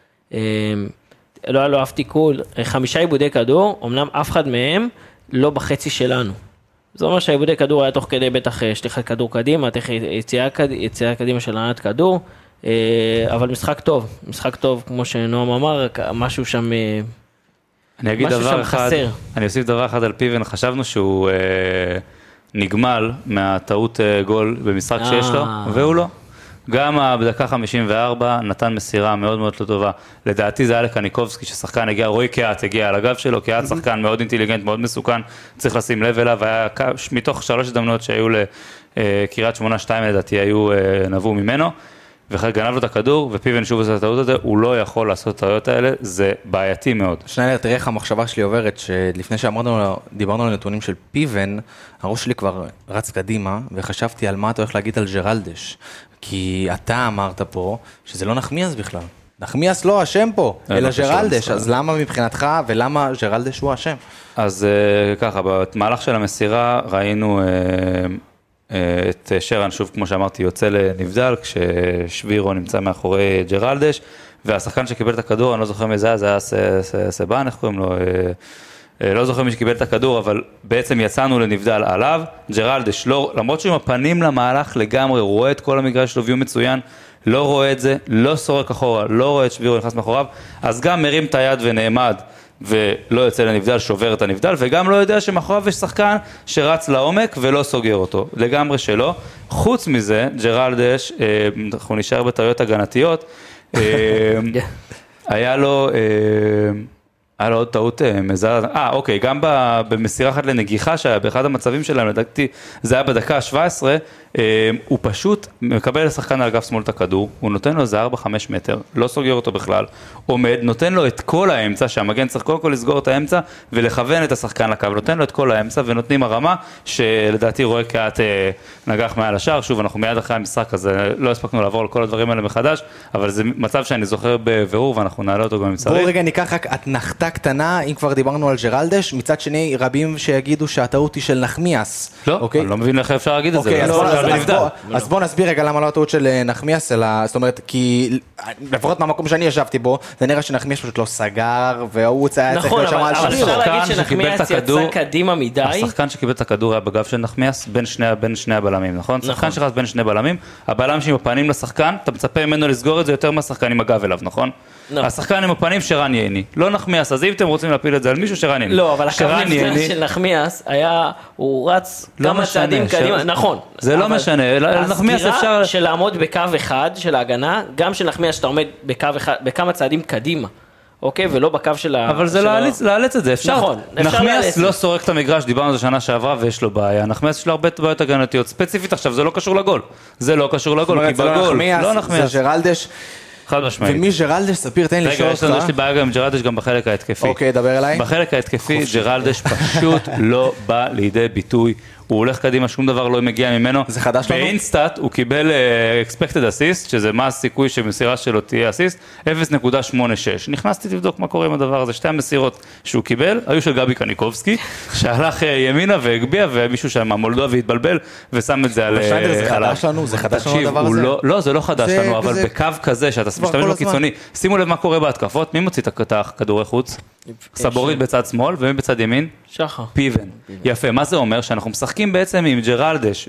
Speaker 7: לא היה לו אף תיקול, 5 עיבודי כדור, אמנם אף אחד מהם לא בחצי שלנו. זה אומר שהעיבודי כדור היה תוך כדי בטח שליחת כדור קדימה, יציאה קדימה של ענת כדור, אבל משחק טוב, כמו שנועם אמר, משהו שם...
Speaker 6: אני אגיד דבר אחד, אני אוסיף דבר אחד על פיבן, חשבנו שהוא נגמל מהטעות גול במשחק שיש לו, והוא לא. גם בדקה 54 נתן מסירה מאוד מאוד לא טובה. לדעתי זה היה לקניקובסקי, ששחקן הגיע, רועי קיאט הגיע על הגב שלו, קיאט שחקן מאוד אינטליגנט, מאוד מסוכן, צריך לשים לב אליו, היה מתוך 3 הזדמנויות שהיו לקריית שמונה 2 לדעתי, נבעו ממנו. וגנב לו את הכדור, ופיבן שוב עושה את הטעות הזה, הוא לא יכול לעשות את הטעויות האלה, זה בעייתי מאוד.
Speaker 1: שניילר, תראה איך המחשבה שלי עוברת, שלפני דיברנו על נתונים של פיבן, הראש שלי כבר רץ קדימה, וחשבתי על מה אתה הולך להגיד על ג'רלדש. כי אתה אמרת פה שזה לא נחמיאס בכלל. נחמיאס לא אשם פה, אלא ג'רלדש. אז למה מבחינתך ולמה ג'רלדש הוא אשם?
Speaker 6: אז ככה, במהלך של המסירה ראינו את שרן, שוב כמו שאמרתי, יוצא לנבדל, כששבירו נמצא מאחורי ג'רלדש, והשחקן שקיבל את הכדור, אני לא זוכר מי זה היה סבן, איך קוראים לו? לא זוכר מי שקיבל את הכדור, אבל בעצם יצאנו לנבדל עליו, ג'רלדש, למרות שהוא עם הפנים למהלך לגמרי, הוא רואה את כל המגרש שלו ויו מצוין, לא רואה את זה, לא סורק אחורה, לא רואה את שבירו נכנס מאחוריו, אז גם מרים את היד ונעמד, ולא יוצא לנבדל, שובר את הנבדל, וגם לא יודע שמאחוריו יש שחקן שרץ לעומק ולא סוגר אותו, לגמרי שלא. חוץ מזה, ג'רלדש, אנחנו נשאר בטעויות הגנתיות, היה לו עוד טעות מזעזעת, אוקיי, גם במסירה אחת לנגיחה שהיה באחד המצבים שלהם, לדעתי, זה היה בדקה ה-17, הוא פשוט מקבל לשחקן על אגף שמאל את הכדור, הוא נותן לו איזה 4-5 מטר, לא סוגר אותו בכלל, עומד, נותן לו את כל האמצע, שהמגן צריך קודם כל לסגור את האמצע, ולכוון את השחקן לקו, נותן לו את כל האמצע, ונותנים הרמה, שלדעתי רואה כעת נגח מעל השער, שוב, אנחנו מיד אחרי המשחק, אז לא הספקנו לעבור על כל הדברים האלה מחדש, אבל זה מצב שאני זוכר בבירור, ואנחנו נעלה אותו גם אם צריך.
Speaker 1: בואו רגע ניקח רק התנחתה קטנה, אם כבר דיברנו על ג'רלדש, מצד שני רבים שיגידו שהטעות היא של נחמיאס.
Speaker 6: לא, אני לא מבין איך אפשר להגיד את זה.
Speaker 1: אז בוא נסביר רגע למה לא הטעות של נחמיאס, זאת אומרת, כי לפחות מהמקום שאני ישבתי בו, זה נראה שנחמיאס פשוט לא סגר, והוא היה צריך להיות שם על
Speaker 7: אבל
Speaker 1: שבירו.
Speaker 7: אפשר להגיד שנחמיאס יצא קדימה מדי.
Speaker 6: השחקן שקיבל את הכדור היה בגב של נחמיאס בין שני הבלמים, נכון? שחקן שחס בין שני בלמים, הבלם שעם הפנים לשחקן, אתה מצפה ממנו לסגור את זה יותר מהשחקן עם הגב אליו, נכון? השחקן עם הפנים שרן ייני, לא נחמיאס, אז אם אתם רוצים להפיל את זה על מישהו שרן ייני.
Speaker 7: לא, אבל הקו נפגע של נחמיאס היה, הוא רץ כמה צעדים קדימה, נכון.
Speaker 6: זה לא משנה, נחמיאס אפשר...
Speaker 7: הסגירה של לעמוד בקו אחד של ההגנה, גם של נחמיאס שאתה עומד בכמה צעדים קדימה, אוקיי, ולא בקו של ה...
Speaker 6: אבל זה להלץ את זה, אפשר.
Speaker 7: נכון,
Speaker 6: נחמיאס לא סורק את המגרש, דיברנו על זה שנה שעברה ויש לו בעיה, נחמיאס יש לו הרבה בעיות הגנתיות, ספציפית עכשיו, זה לא קשור לגול. זה לא קשור לגול, כי בגול, לא נחמיאס.
Speaker 1: זה ג'רלדש.
Speaker 6: חד משמעית.
Speaker 1: ומי ג'רלדש, ספיר, תן לי לשאול אותך.
Speaker 6: רגע, יש לי בעיה גם עם ג'רלדש גם בחלק ההתקפי.
Speaker 1: אוקיי, דבר אליי.
Speaker 6: בחלק ההתקפי, ג'רלדש פשוט לא בא לידי ביטוי. הוא הולך קדימה, שום דבר לא מגיע ממנו.
Speaker 1: זה חדש לנו?
Speaker 6: באינסטאט הוא קיבל expected assist, שזה מה הסיכוי שמסירה שלו תהיה assist, 0.86. נכנסתי לבדוק מה קורה עם הדבר הזה. שתי המסירות שהוא קיבל, היו של גבי קניקובסקי, שהלך ימינה והגביע, ומישהו שם המולדובי התבלבל, ושם את זה על...
Speaker 1: זה חדש לנו? זה חדש לנו הדבר הזה?
Speaker 6: לא, זה לא חדש לנו, אבל בקו כזה, שאתה משתמש לו קיצוני, שימו לב מה קורה בהתקפות, מי מוציא את הכדורי חוץ? סבורית בצד שמאל, ומי בצד ימין?
Speaker 7: שחר.
Speaker 6: פיבן. יפה, מה זה אומר? שאנחנו משחקים בעצם עם ג'רלדש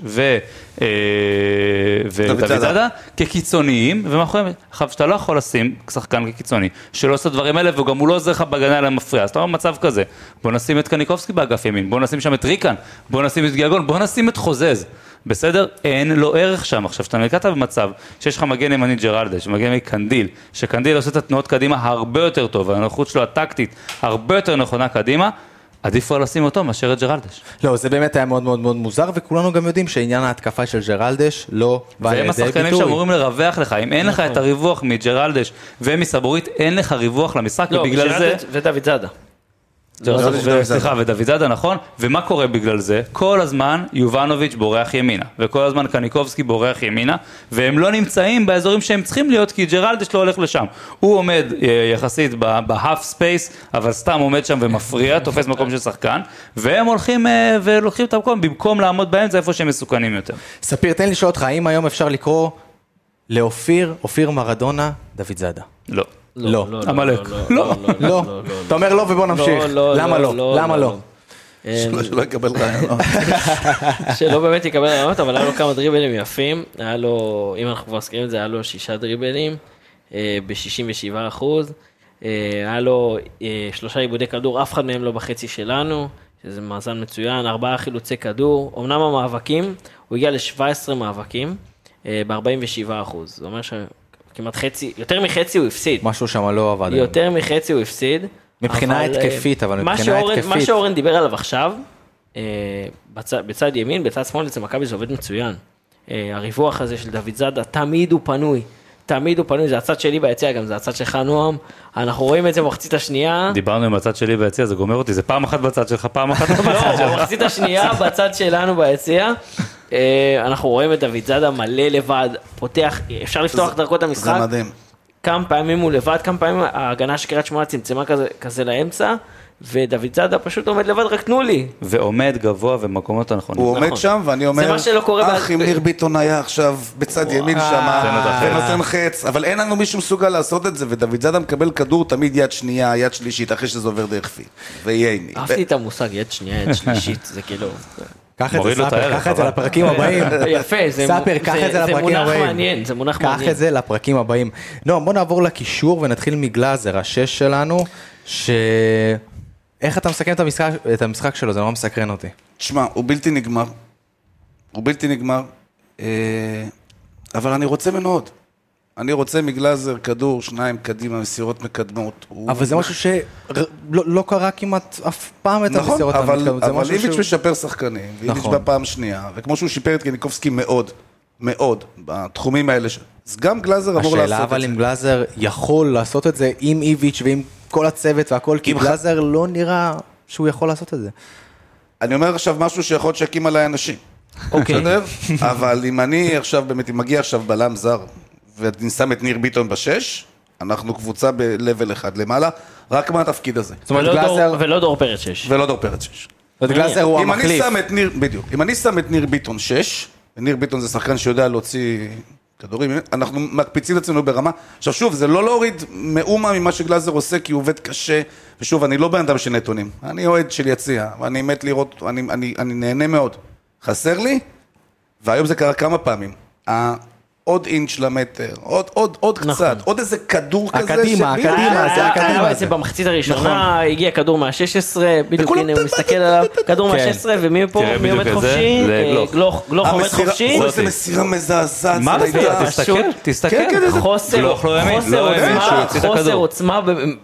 Speaker 6: ודוידזאדה כקיצוניים, ומאחורי, עכשיו שאתה לא יכול לשים שחקן כקיצוני, שלא עושה דברים האלה, וגם הוא לא עוזר לך בהגנה למפריע, אז אתה אומר מצב כזה, בוא נשים את קניקובסקי באגף ימין, בוא נשים שם את ריקן, בוא נשים את גיאגון, בוא נשים את חוזז, בסדר? אין לו ערך שם. עכשיו, שאתה נלקעת במצב שיש לך מגן ימני ג'רלדש, מגן ימני קנדיל, שקנדיל עושה את התנועות קדימה הרבה יותר טוב, והנוחות שלו הטקטית הרבה יותר נכונה קדימה, עדיף לא לשים אותו מאשר את ג'רלדש.
Speaker 1: לא, זה באמת היה מאוד מאוד מאוד מוזר, וכולנו גם יודעים שעניין ההתקפה של ג'רלדש לא בא לידי ביטוי.
Speaker 6: והם השחקנים שאמורים לרווח לך, אם אין לך את הריווח מג'רלדש ומסבורית, אין לך ריווח למשחק, ובגלל זה...
Speaker 7: ודוידזאדה.
Speaker 6: סליחה, ודוידזאדה, נכון? ומה קורה בגלל זה? כל הזמן יובנוביץ' בורח ימינה, וכל הזמן קניקובסקי בורח ימינה, והם לא נמצאים באזורים שהם צריכים להיות, כי ג'רלדש לא הולך לשם. הוא עומד יחסית בהאף ספייס, אבל סתם עומד שם ומפריע, תופס מקום של שחקן, והם הולכים ולוקחים את המקום, במקום לעמוד בהם, זה איפה שהם מסוכנים יותר.
Speaker 1: ספיר, תן לי לשאול אותך, האם היום אפשר לקרוא אופיר מרדונה, דוידזאדה?
Speaker 6: לא.
Speaker 1: לא.
Speaker 6: המלך.
Speaker 1: לא. אתה אומר לא ובוא נמשיך. למה לא? למה לא?
Speaker 5: שלא יקבל רעיונות.
Speaker 7: שלא באמת יקבל רעיונות, אבל היה לו כמה דריבלים יפים. היה לו, אם אנחנו כבר סקרים את זה, היה לו 6 דריבלים ב-67%. היה לו 3 עיבודי כדור, אף אחד מהם לא בחצי שלנו, שזה מאזן מצוין, 4 חילוצי כדור. אמנם המאבקים, הוא הגיע ל-17 מאבקים ב-47%. זה אומר כמעט חצי, יותר מחצי הוא הפסיד.
Speaker 1: משהו שם לא עבד.
Speaker 7: יותר מחצי הוא הפסיד.
Speaker 1: מבחינה התקפית, אבל מבחינה התקפית.
Speaker 7: מה שאורן דיבר עליו עכשיו, בצד ימין, בצד שמאל, אצל מכבי זה עובד מצוין. הריווח הזה של דוידזאדה, תמיד הוא פנוי. תמיד הוא פנוי, זה הצד שלי ביציע, גם זה הצד שלך נועם, אנחנו רואים את זה במחצית השנייה.
Speaker 6: דיברנו עם הצד שלי ביציע, זה גומר אותי, זה פעם אחת בצד שלך, פעם אחת בצד שלך.
Speaker 7: לא, במחצית השנייה, בצד שלנו ביציע, אנחנו רואים את דוד זאדה מלא לבד, פותח, אפשר לפתוח דרכו את המשחק.
Speaker 5: זה מדהים.
Speaker 7: כמה פעמים הוא לבד, כמה פעמים ההגנה של קריית שמונה צמצמה כזה לאמצע, ודוד זאדה פשוט עומד לבד, רק תנו לי.
Speaker 6: ועומד גבוה ומקומות הנכונים.
Speaker 5: הוא עומד שם, ואני אומר,
Speaker 7: זה מה שלא קורה
Speaker 5: אם ניר ביטון היה עכשיו בצד ימין שם, ונותן חץ, אבל אין לנו מישהו מסוגל לעשות את זה, ודוד זאדה מקבל כדור תמיד יד שנייה, יד שלישית, אחרי שזה עובר דרך פי. ויהיה עם מי.
Speaker 7: אהבתי את המושג יד שנייה, יד שלישית, זה כאילו...
Speaker 1: קח את זה, ספר, קח את זה לפרקים הבאים.
Speaker 7: יפה,
Speaker 1: ספר, קח את זה לפרקים הבאים.
Speaker 7: זה מונח מעניין.
Speaker 1: קח את זה לפרקים הבאים. לא, בוא נעבור לקישור ונתחיל מגלאזר, השש שלנו, איך אתה מסכם את המשחק שלו? זה נורא מסקרן אותי.
Speaker 5: תשמע, הוא בלתי נגמר. הוא בלתי נגמר. אבל אני רוצה ממנו עוד. אני רוצה מגלאזר, כדור, שניים קדימה, מסירות מקדמות.
Speaker 1: אבל זה משהו שלא קרה כמעט אף פעם את המסירות המקדמות.
Speaker 5: אבל איביץ' משפר שחקנים, ואיביץ' בפעם שנייה, וכמו שהוא שיפר את קניקובסקי מאוד, מאוד, בתחומים האלה. אז גם גלאזר אמור לעשות את זה.
Speaker 1: השאלה אבל אם גלאזר יכול לעשות את זה עם איביץ' ועם כל הצוות והכל, כי גלאזר לא נראה שהוא יכול לעשות את זה.
Speaker 5: אני אומר עכשיו משהו שיכול לשקים עליי אנשים.
Speaker 7: אוקיי.
Speaker 5: אבל אם אני עכשיו באמת, אם מגיע עכשיו בלם זר, ואני שם את ניר ביטון בשש, אנחנו קבוצה בלבל אחד למעלה, רק מה התפקיד הזה.
Speaker 1: זאת אומרת, גלאזר...
Speaker 7: ולא דור פרץ 6.
Speaker 5: ולא דור פרץ 6.
Speaker 1: גלאזר הוא המחליף.
Speaker 5: בדיוק. אם אני שם את ניר ביטון 6, וניר ביטון זה שחקן שיודע להוציא כדורים, אנחנו מקפיצים את עצמנו ברמה. עכשיו שוב, זה לא להוריד מאומה ממה שגלאזר עושה, כי הוא עובד קשה, ושוב, אני לא בן אדם של נתונים. אני אוהד של יציע, ואני מת לראות, אני נהנה מאוד. חסר לי, והיום זה קרה כמה פעמים. עוד אינץ' למטר, עוד קצת, עוד איזה כדור כזה.
Speaker 1: הקדימה, זה הקדימה.
Speaker 7: זה במחצית הראשונה, הגיע כדור מה-16, בדיוק הנה הוא מסתכל עליו, כדור מה-16, ומי פה, מי עומד חופשי? גלוך עומד חופשי.
Speaker 5: איזה מסירה מזעזעת.
Speaker 6: מה תסתכל,
Speaker 7: חוסר עוצמה,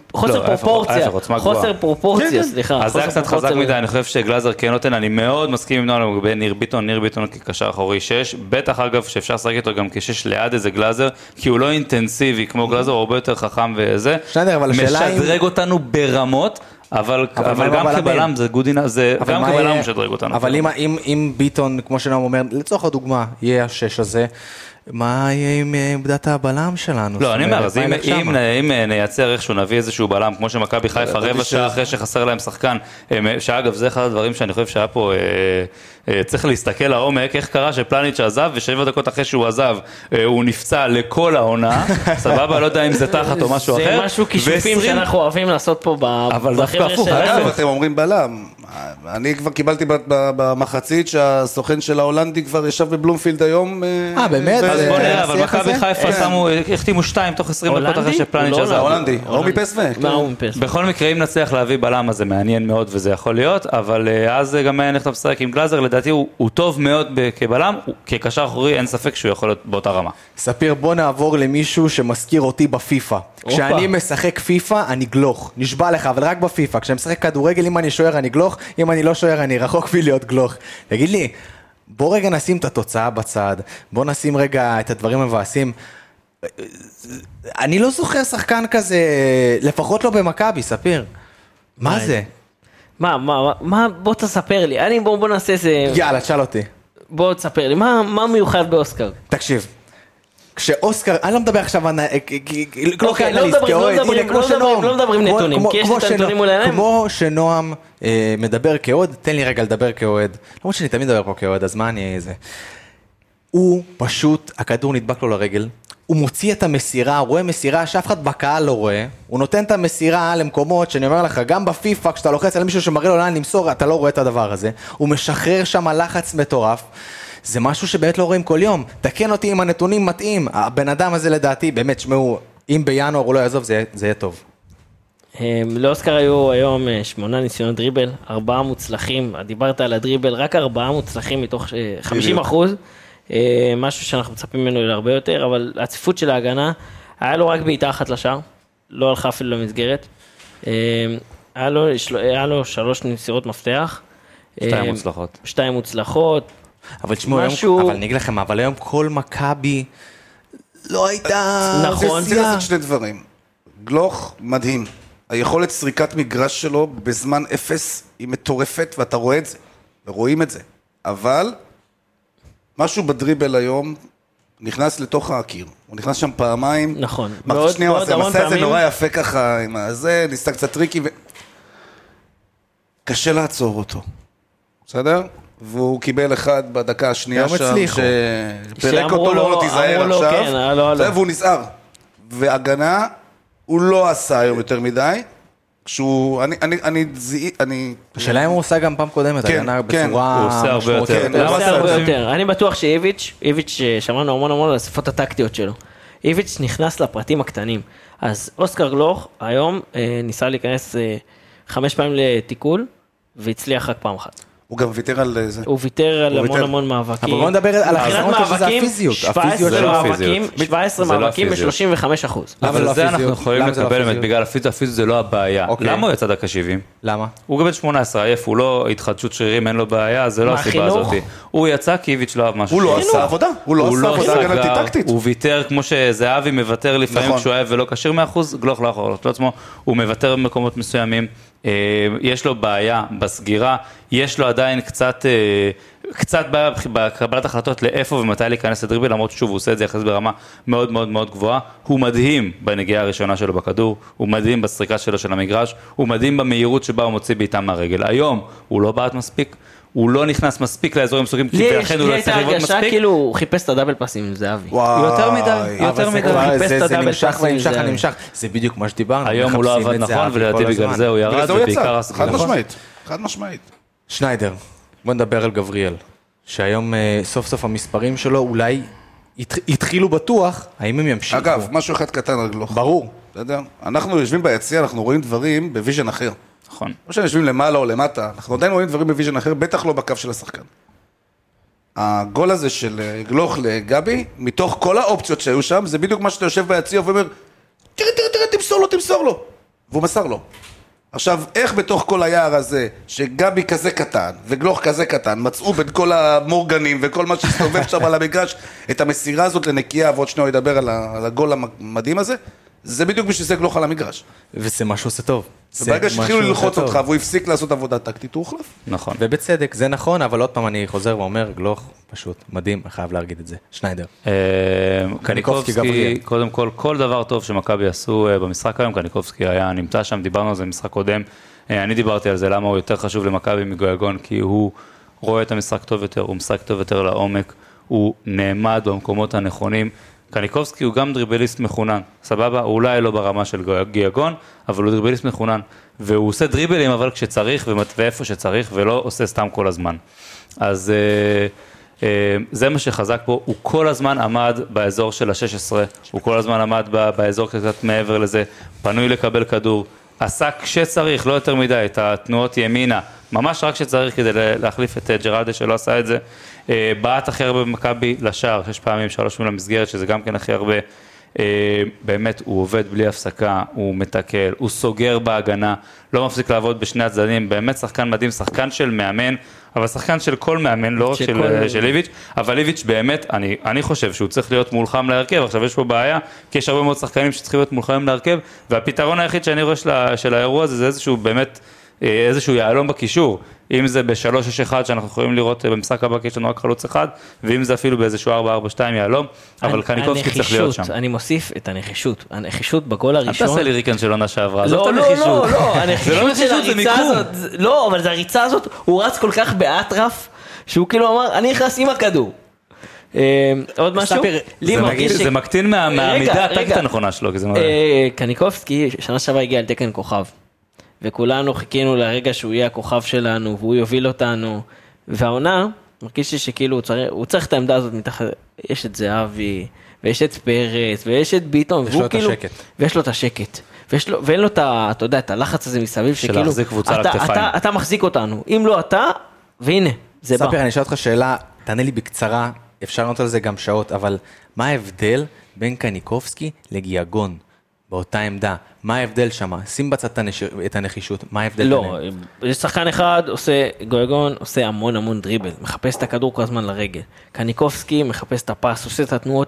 Speaker 7: חוסר פרופורציה, סליחה.
Speaker 6: אז זה היה קצת חזק מדי, אני חושב שגלאזר כן נותן, אני מאוד מסכים עם נועם לגבי ניר ביטון כקשר אחורי 6, בטח אגב שאפשר לשחק איתו גם כ6 ליד איזה גלאזר, כי הוא לא אינטנסיבי כמו גלאזר, הוא הרבה יותר חכם וזה, משדרג אותנו ברמות, אבל גם כבלם זה גודינה, זה גם כבלם הוא משדרג אותנו.
Speaker 1: אבל אם ביטון, כמו שנועם אומר, לצורך הדוגמה, יהיה השש הזה, מה יהיה עם עמדת הבלם שלנו?
Speaker 6: לא, אני אומר, אז אם נייצר איכשהו נביא איזשהו בלם, כמו שמכבי חיפה רבע שעה אחרי שחסר להם שחקן, שאגב זה אחד הדברים שאני חושב שהיה פה, צריך להסתכל לעומק, איך קרה שפלניץ' עזב, ו7 דקות אחרי שהוא עזב, הוא נפצע לכל העונה, סבבה, לא יודע אם זה תחת או משהו אחר.
Speaker 7: זה משהו כישופים שאנחנו אוהבים לעשות פה בחבר'ה שלנו.
Speaker 5: אתם אומרים בלם, אני כבר קיבלתי במחצית שהסוכן של ההולנדי כבר ישב בבלומפילד היום.
Speaker 1: באמת?
Speaker 6: אז בוא נראה, אבל מכבי חיפה החתימו 2 תוך 20 דקות אחרי שפלניץ' עזב.
Speaker 5: ההולנדי, רומי פסווה.
Speaker 6: בכל מקרה, אם נצליח להביא בלם, אז זה מעניין מאוד וזה יכול להיות, אבל אז גם מעניין איך אתה משחק עם גלאזר, לדעתי הוא טוב מאוד כבלם, כקשר אחורי אין ספק שהוא יכול להיות באותה רמה.
Speaker 1: ספיר, בוא נעבור למישהו שמזכיר אותי בפיפה. כשאני משחק פיפה, אני גלוך. נשבע לך, אבל רק בפיפה. כשאני משחק כדורגל, אם אני שוער, אני גלוך, אם אני לא שוער, אני רחוק מלהיות גלוך. תגיד לי, בוא רגע נשים את התוצאה בצד, בוא נשים רגע את הדברים המבאסים. אני לא זוכר שחקן כזה, לפחות לא במכבי, ספיר. מה זה?
Speaker 7: מה, בוא תספר לי, בוא נעשה איזה...
Speaker 1: יאללה, תשאל אותי.
Speaker 7: בוא תספר לי, מה מיוחד באוסקר?
Speaker 1: תקשיב, כשאוסקר, אני לא מדבר עכשיו,
Speaker 7: אוקיי, לא מדברים נתונים, כי יש לי את הנתונים מול העיניים.
Speaker 1: כמו שנועם מדבר כאוהד, תן לי רגע לדבר כאוהד, למרות שאני תמיד מדבר פה כאוהד, אז מה אני איזה? הוא פשוט, הכדור נדבק לו לרגל, הוא מוציא את המסירה, הוא רואה מסירה שאף אחד בקהל לא רואה, הוא נותן את המסירה למקומות שאני אומר לך, גם בפיפה, כשאתה לוחץ על מישהו שמראה לו לאן למסור, אתה לא רואה את הדבר הזה, הוא משחרר שם לחץ מטורף, זה משהו שבאמת לא רואים כל יום, תקן אותי אם הנתונים מתאים, הבן אדם הזה לדעתי, באמת שמעו, אם בינואר הוא לא יעזוב, זה יהיה טוב.
Speaker 7: לאוסקר היו היום 8 ניסיונות דריבל, 4 מוצלחים, דיברת על הדריבל, רק 4 מוצלחים מתוך 50%, משהו שאנחנו מצפים ממנו להרבה יותר, אבל הצפיפות של ההגנה, היה לו רק בעיטה אחת לשער, לא הלכה אפילו למסגרת, היה לו 3 ניסיונות מפתח,
Speaker 6: 2 מוצלחות.
Speaker 1: אבל תשמעו, אבל אני אגיד לכם, אבל היום כל מכבי, לא הייתה...
Speaker 7: נכון.
Speaker 5: צריך לעשות שני דברים. גלוך מדהים. היכולת סריקת מגרש שלו בזמן אפס היא מטורפת, ואתה רואה את זה, ורואים את זה. אבל משהו בדריבל היום נכנס לתוך הקיר. הוא נכנס שם פעמיים.
Speaker 7: נכון.
Speaker 5: מחצית שנייה, הוא עשה את זה נורא יפה ככה, עם הזה, ניסה קצת טריקי, קשה לעצור אותו. בסדר? והוא קיבל אחד בדקה השנייה שם, שפרק אותו, לא תיזהר עכשיו, והוא נסער. והגנה, הוא לא עשה היום יותר מדי, כשהוא,
Speaker 1: השאלה אם הוא עושה גם פעם קודמת, הגנה בצורה...
Speaker 6: הוא עושה הרבה יותר.
Speaker 7: הוא עושה הרבה יותר. אני בטוח שאיביץ' שמענו המון על השפות הטקטיות שלו. איביץ' נכנס לפרטים הקטנים. אז אוסקר גלוך היום ניסה להיכנס 5 פעמים לתיקול, והצליח רק פעם אחת.
Speaker 5: הוא גם ויתר על זה.
Speaker 7: הוא ויתר על המון מאבקים.
Speaker 1: אבל בוא נדבר על החיסרון שזה הפיזיות.
Speaker 7: 17 מאבקים ב-35%.
Speaker 6: אבל זה אנחנו יכולים לקבל באמת, בגלל הפיזיות זה לא הבעיה. למה הוא יצא דקה 70?
Speaker 1: למה?
Speaker 6: הוא גבל 18 עייף, הוא לא התחדשות שרירים, אין לו בעיה, זה לא הסיבה הזאת. הוא יצא כי איביץ' לא אהב משהו.
Speaker 5: הוא לא עשה עבודה. הוא לא עשה עבודה הגנתית טקטית.
Speaker 6: הוא ויתר כמו שזהבי מוותר לפעמים כשהוא אוהב ולא קשיר 100%, גלוך לא יכול לעשות לעצמו, הוא מוותר במקומות מסוימים. יש לו בעיה בסגירה, יש לו עדיין קצת בעיה בקבלת החלטות לאיפה ומתי להיכנס לדריבל, למרות שוב הוא עושה את זה יחס ברמה מאוד מאוד מאוד גבוהה, הוא מדהים בנגיעה הראשונה שלו בכדור, הוא מדהים בסריקה שלו של המגרש, הוא מדהים במהירות שבה הוא מוציא בעיטה מהרגל, היום הוא לא בעט מספיק, הוא לא נכנס מספיק לאזורים מסוימים, כי ולכן הוא לא צריך לבוא מספיק.
Speaker 7: כאילו הוא חיפש את הדאבל פסים עם זהבי.
Speaker 6: יותר מדי.
Speaker 1: זה נמשך ונמשך. זה בדיוק מה שדיברנו.
Speaker 6: היום הוא לא עבד נכון, ולדעתי בגלל זה הוא ירד, ובעיקר הסגירה.
Speaker 5: חד משמעית.
Speaker 1: שניידר, בוא נדבר על גבריאל, שהיום סוף סוף המספרים שלו אולי התחילו בטוח, האם הם ימשיכו?
Speaker 5: אגב, משהו אחד קטן על גלוך.
Speaker 1: ברור.
Speaker 5: אנחנו יושבים ביציע, אנחנו רואים דברים בוויז'ן אחר.
Speaker 6: נכון.
Speaker 5: לא שאני יושבים למעלה או למטה, אנחנו עדיין רואים דברים בוויז'ן אחר, בטח לא בקו של השחקן. הגול הזה של גלוך לגבי, מתוך כל האופציות שהיו שם, זה בדיוק מה שאתה יושב ביציע ואומר, תראה, תמסור לו. והוא מסר לו. עכשיו, איך בתוך כל היער הזה, שגבי כזה קטן, וגלוך כזה קטן, מצאו בין כל המורגנים וכל מה שסתובב שם על המגרש, את המסירה הזאת לנקייה, ועוד שנייה הוא ידבר על הגול המדהים הזה, זה בדיוק בשביל זה גלוך על המגרש.
Speaker 1: וזה מה שעושה טוב.
Speaker 5: וברגע שהתחילו ללחוץ אותך, והוא הפסיק לעשות עבודה טקטית, הוא הוחלף.
Speaker 6: נכון.
Speaker 1: ובצדק, זה נכון, אבל עוד פעם אני חוזר ואומר, גלוך פשוט מדהים, אני חייב להגיד את זה. שניידר.
Speaker 6: קניקובסקי, קודם כל, כל דבר טוב שמכבי עשו במשחק היום, קניקובסקי היה נמצא שם, דיברנו על זה במשחק קודם, אני דיברתי על זה, למה הוא יותר חשוב למכבי מגויגון, כי הוא רואה את המשחק טוב יותר, הוא משחק טוב יותר לעומק, הוא נעמד במקומות הנכונים, קניקובסקי הוא גם דריבליסט מחונן, סבבה? הוא אולי לא ברמה של גיאגון, אבל הוא דריבליסט מחונן, והוא עושה דריבלים אבל כשצריך ואיפה שצריך, ולא עושה סתם כל הזמן. אז זה מה שחזק פה, הוא כל הזמן עמד באזור של ה-16, הוא כל הזמן עמד באזור קצת מעבר לזה, פנוי לקבל כדור, עשה כשצריך, לא יותר מדי, את התנועות ימינה, ממש רק שצריך כדי להחליף את ג'רלדה שלא עשה את זה, בעט הכי הרבה במכבי לשער, 6 פעמים, 3 פעמים למסגרת, שזה גם כן הכי הרבה, באמת הוא עובד בלי הפסקה, הוא מתקל, הוא סוגר בהגנה, לא מפסיק לעבוד בשני הצדדים, באמת שחקן מדהים, שחקן של מאמן, אבל שחקן של כל מאמן, לא רק של איביץ', אבל איביץ' באמת, אני חושב שהוא צריך להיות מולחם להרכב, עכשיו יש פה בעיה, כי יש הרבה מאוד שחקנים שצריכים להיות מולחמים להרכב, והפתרון היחיד שאני רואה של האירוע הזה, זה איזשהו באמת, איזשהו יעלום בקישור, אם זה ב-3-6-1 שאנחנו יכולים לראות במשחק הבא, כי יש לנו רק חלוץ אחד, ואם זה אפילו באיזשהו 4-4-2 יעלום, אבל קניקובסקי צריך להיות שם.
Speaker 7: אני מוסיף את הנחישות בגול הראשון.
Speaker 6: אתה עושה לי ריקן של עונה שעברה,
Speaker 7: לא, הנחישות של הריצה הזאת, לא, אבל זה הריצה הזאת, הוא רץ כל כך באטרף, שהוא כאילו אמר, אני נכנס עם הכדור. עוד משהו?
Speaker 6: זה מקטין מהמידה הטקטית הנכונה שלו, כי זה מראה.
Speaker 7: קניקובסקי, שנה שעברה הגיע על תקן כוכב. וכולנו חיכינו לרגע שהוא יהיה הכוכב שלנו, והוא יוביל אותנו, והעונה, מרגיש לי שכאילו הוא צריך את העמדה הזאת מתחת, יש את זהבי, ויש את פרץ, ויש את ביטון,
Speaker 1: ויש לו את השקט.
Speaker 7: ויש לו את השקט, ואין לו את הלחץ הזה מסביב, שכאילו, אתה מחזיק אותנו, אם לא אתה, והנה, זה בא.
Speaker 1: ספיר, אני אשאל אותך שאלה, תענה לי בקצרה, אפשר לענות על זה גם שעות, אבל מה ההבדל בין קניקובסקי לגיאגון? באותה עמדה. מה ההבדל שם? שים בצד את הנחישות, מה ההבדל
Speaker 7: לא,
Speaker 1: ביניהם?
Speaker 7: יש שחקן אחד, גויגון עושה המון דריבל, מחפש את הכדור כל הזמן לרגל. קניקובסקי מחפש את הפס, עושה את התנועות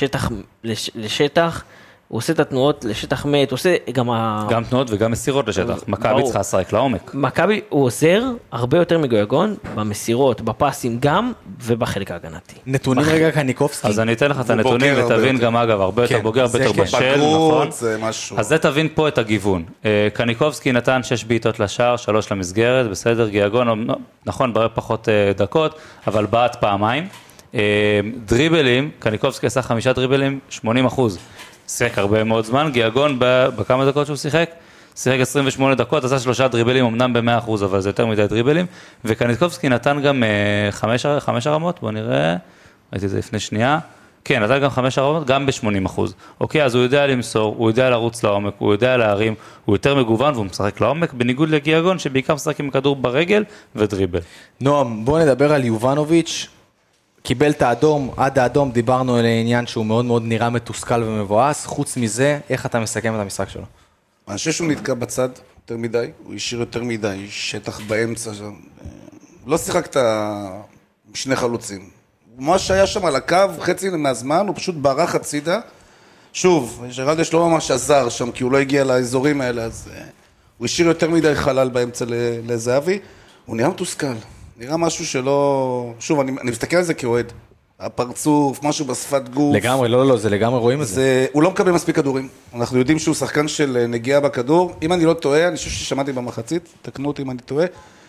Speaker 7: לשטח, הוא עושה את התנועות לשטח מת, הוא עושה
Speaker 6: גם תנועות וגם מסירות לשטח. מכבי צריכה לשחק לעומק.
Speaker 7: מכבי הוא עוזר הרבה יותר מגויגון, במסירות, בפסים גם, ובחלק ההגנתי.
Speaker 1: נתונים רגע קניקובסקי.
Speaker 6: אז אני אתן לך את הנתונים ותבין גם אגב, הרבה יותר בוגר, הרבה יותר בשל, נכון?
Speaker 5: זה משהו.
Speaker 6: אז זה תבין פה את הגיוון. קניקובסקי נתן 6 בעיטות לשער, 3 למסגרת, בסדר, גיאגון, נכון, ברק פחות דקות, אבל בעט פעמיים. דריבלים, קניקובסקי עשה 5 דריבלים, 80%. שיחק הרבה מאוד זמן, גיאגון בכמה דקות שהוא שיחק 28 דקות, עשה 3 דריבלים, אמנם ב100%, אבל זה יותר מדי דריבלים, וקניקובסקי נתן גם 5 הרמות, בואו נראה, ראיתי את זה לפני שנייה, כן, נתן גם 5 הרמות, גם ב80%. אוקיי, אז הוא יודע למסור, הוא יודע לרוץ לעומק, הוא יודע להרים, הוא יותר מגוון והוא משחק לעומק, בניגוד לגיאגון, שבעיקר משחק עם כדור ברגל ודריבל.
Speaker 1: נועם, בואו נדבר על יובנוביץ', קיבל את האדום, עד האדום דיברנו על העניין שהוא מאוד מאוד נראה מתוסכל ומבואס, חוץ מזה, איך אתה מסכם את המשחק שלו?
Speaker 5: אני חושב שהוא נתקע בצד יותר מדי, הוא השאיר יותר מדי שטח באמצע שם, לא שיחקת עם 2 חלוצים. מה שהיה שם על הקו, חצי מהזמן, הוא פשוט ברח הצידה. שוב, ג'רלדש לא ממש עזר שם, כי הוא לא הגיע לאזורים האלה, אז הוא השאיר יותר מדי חלל באמצע לזהבי. הוא נראה מתוסכל, נראה משהו שלא... שוב, אני מסתכל על זה כאוהד. הפרצוף, משהו בשפת גוף.
Speaker 1: לגמרי, לא, זה לגמרי רואים את זה.
Speaker 5: הוא לא מקבל מספיק כדורים. אנחנו יודעים שהוא שחקן של נגיעה בכדור. אם אני לא טועה, אני חושב ששמעתי במחצית, תקנו אותי אם אני טועה,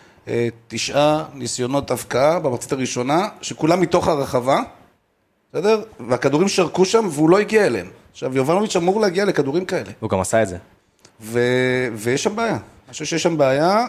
Speaker 5: 9 ניסיונות הבקעה במחצית הראשונה, שכולם מתוך הרחבה, בסדר? והכדורים שרקו שם והוא לא הגיע אליהם. עכשיו, יובנוביץ' אמור להגיע לכדורים כאלה.
Speaker 1: הוא גם עשה את זה.
Speaker 5: ויש שם בעיה. אני חושב שיש שם בעיה.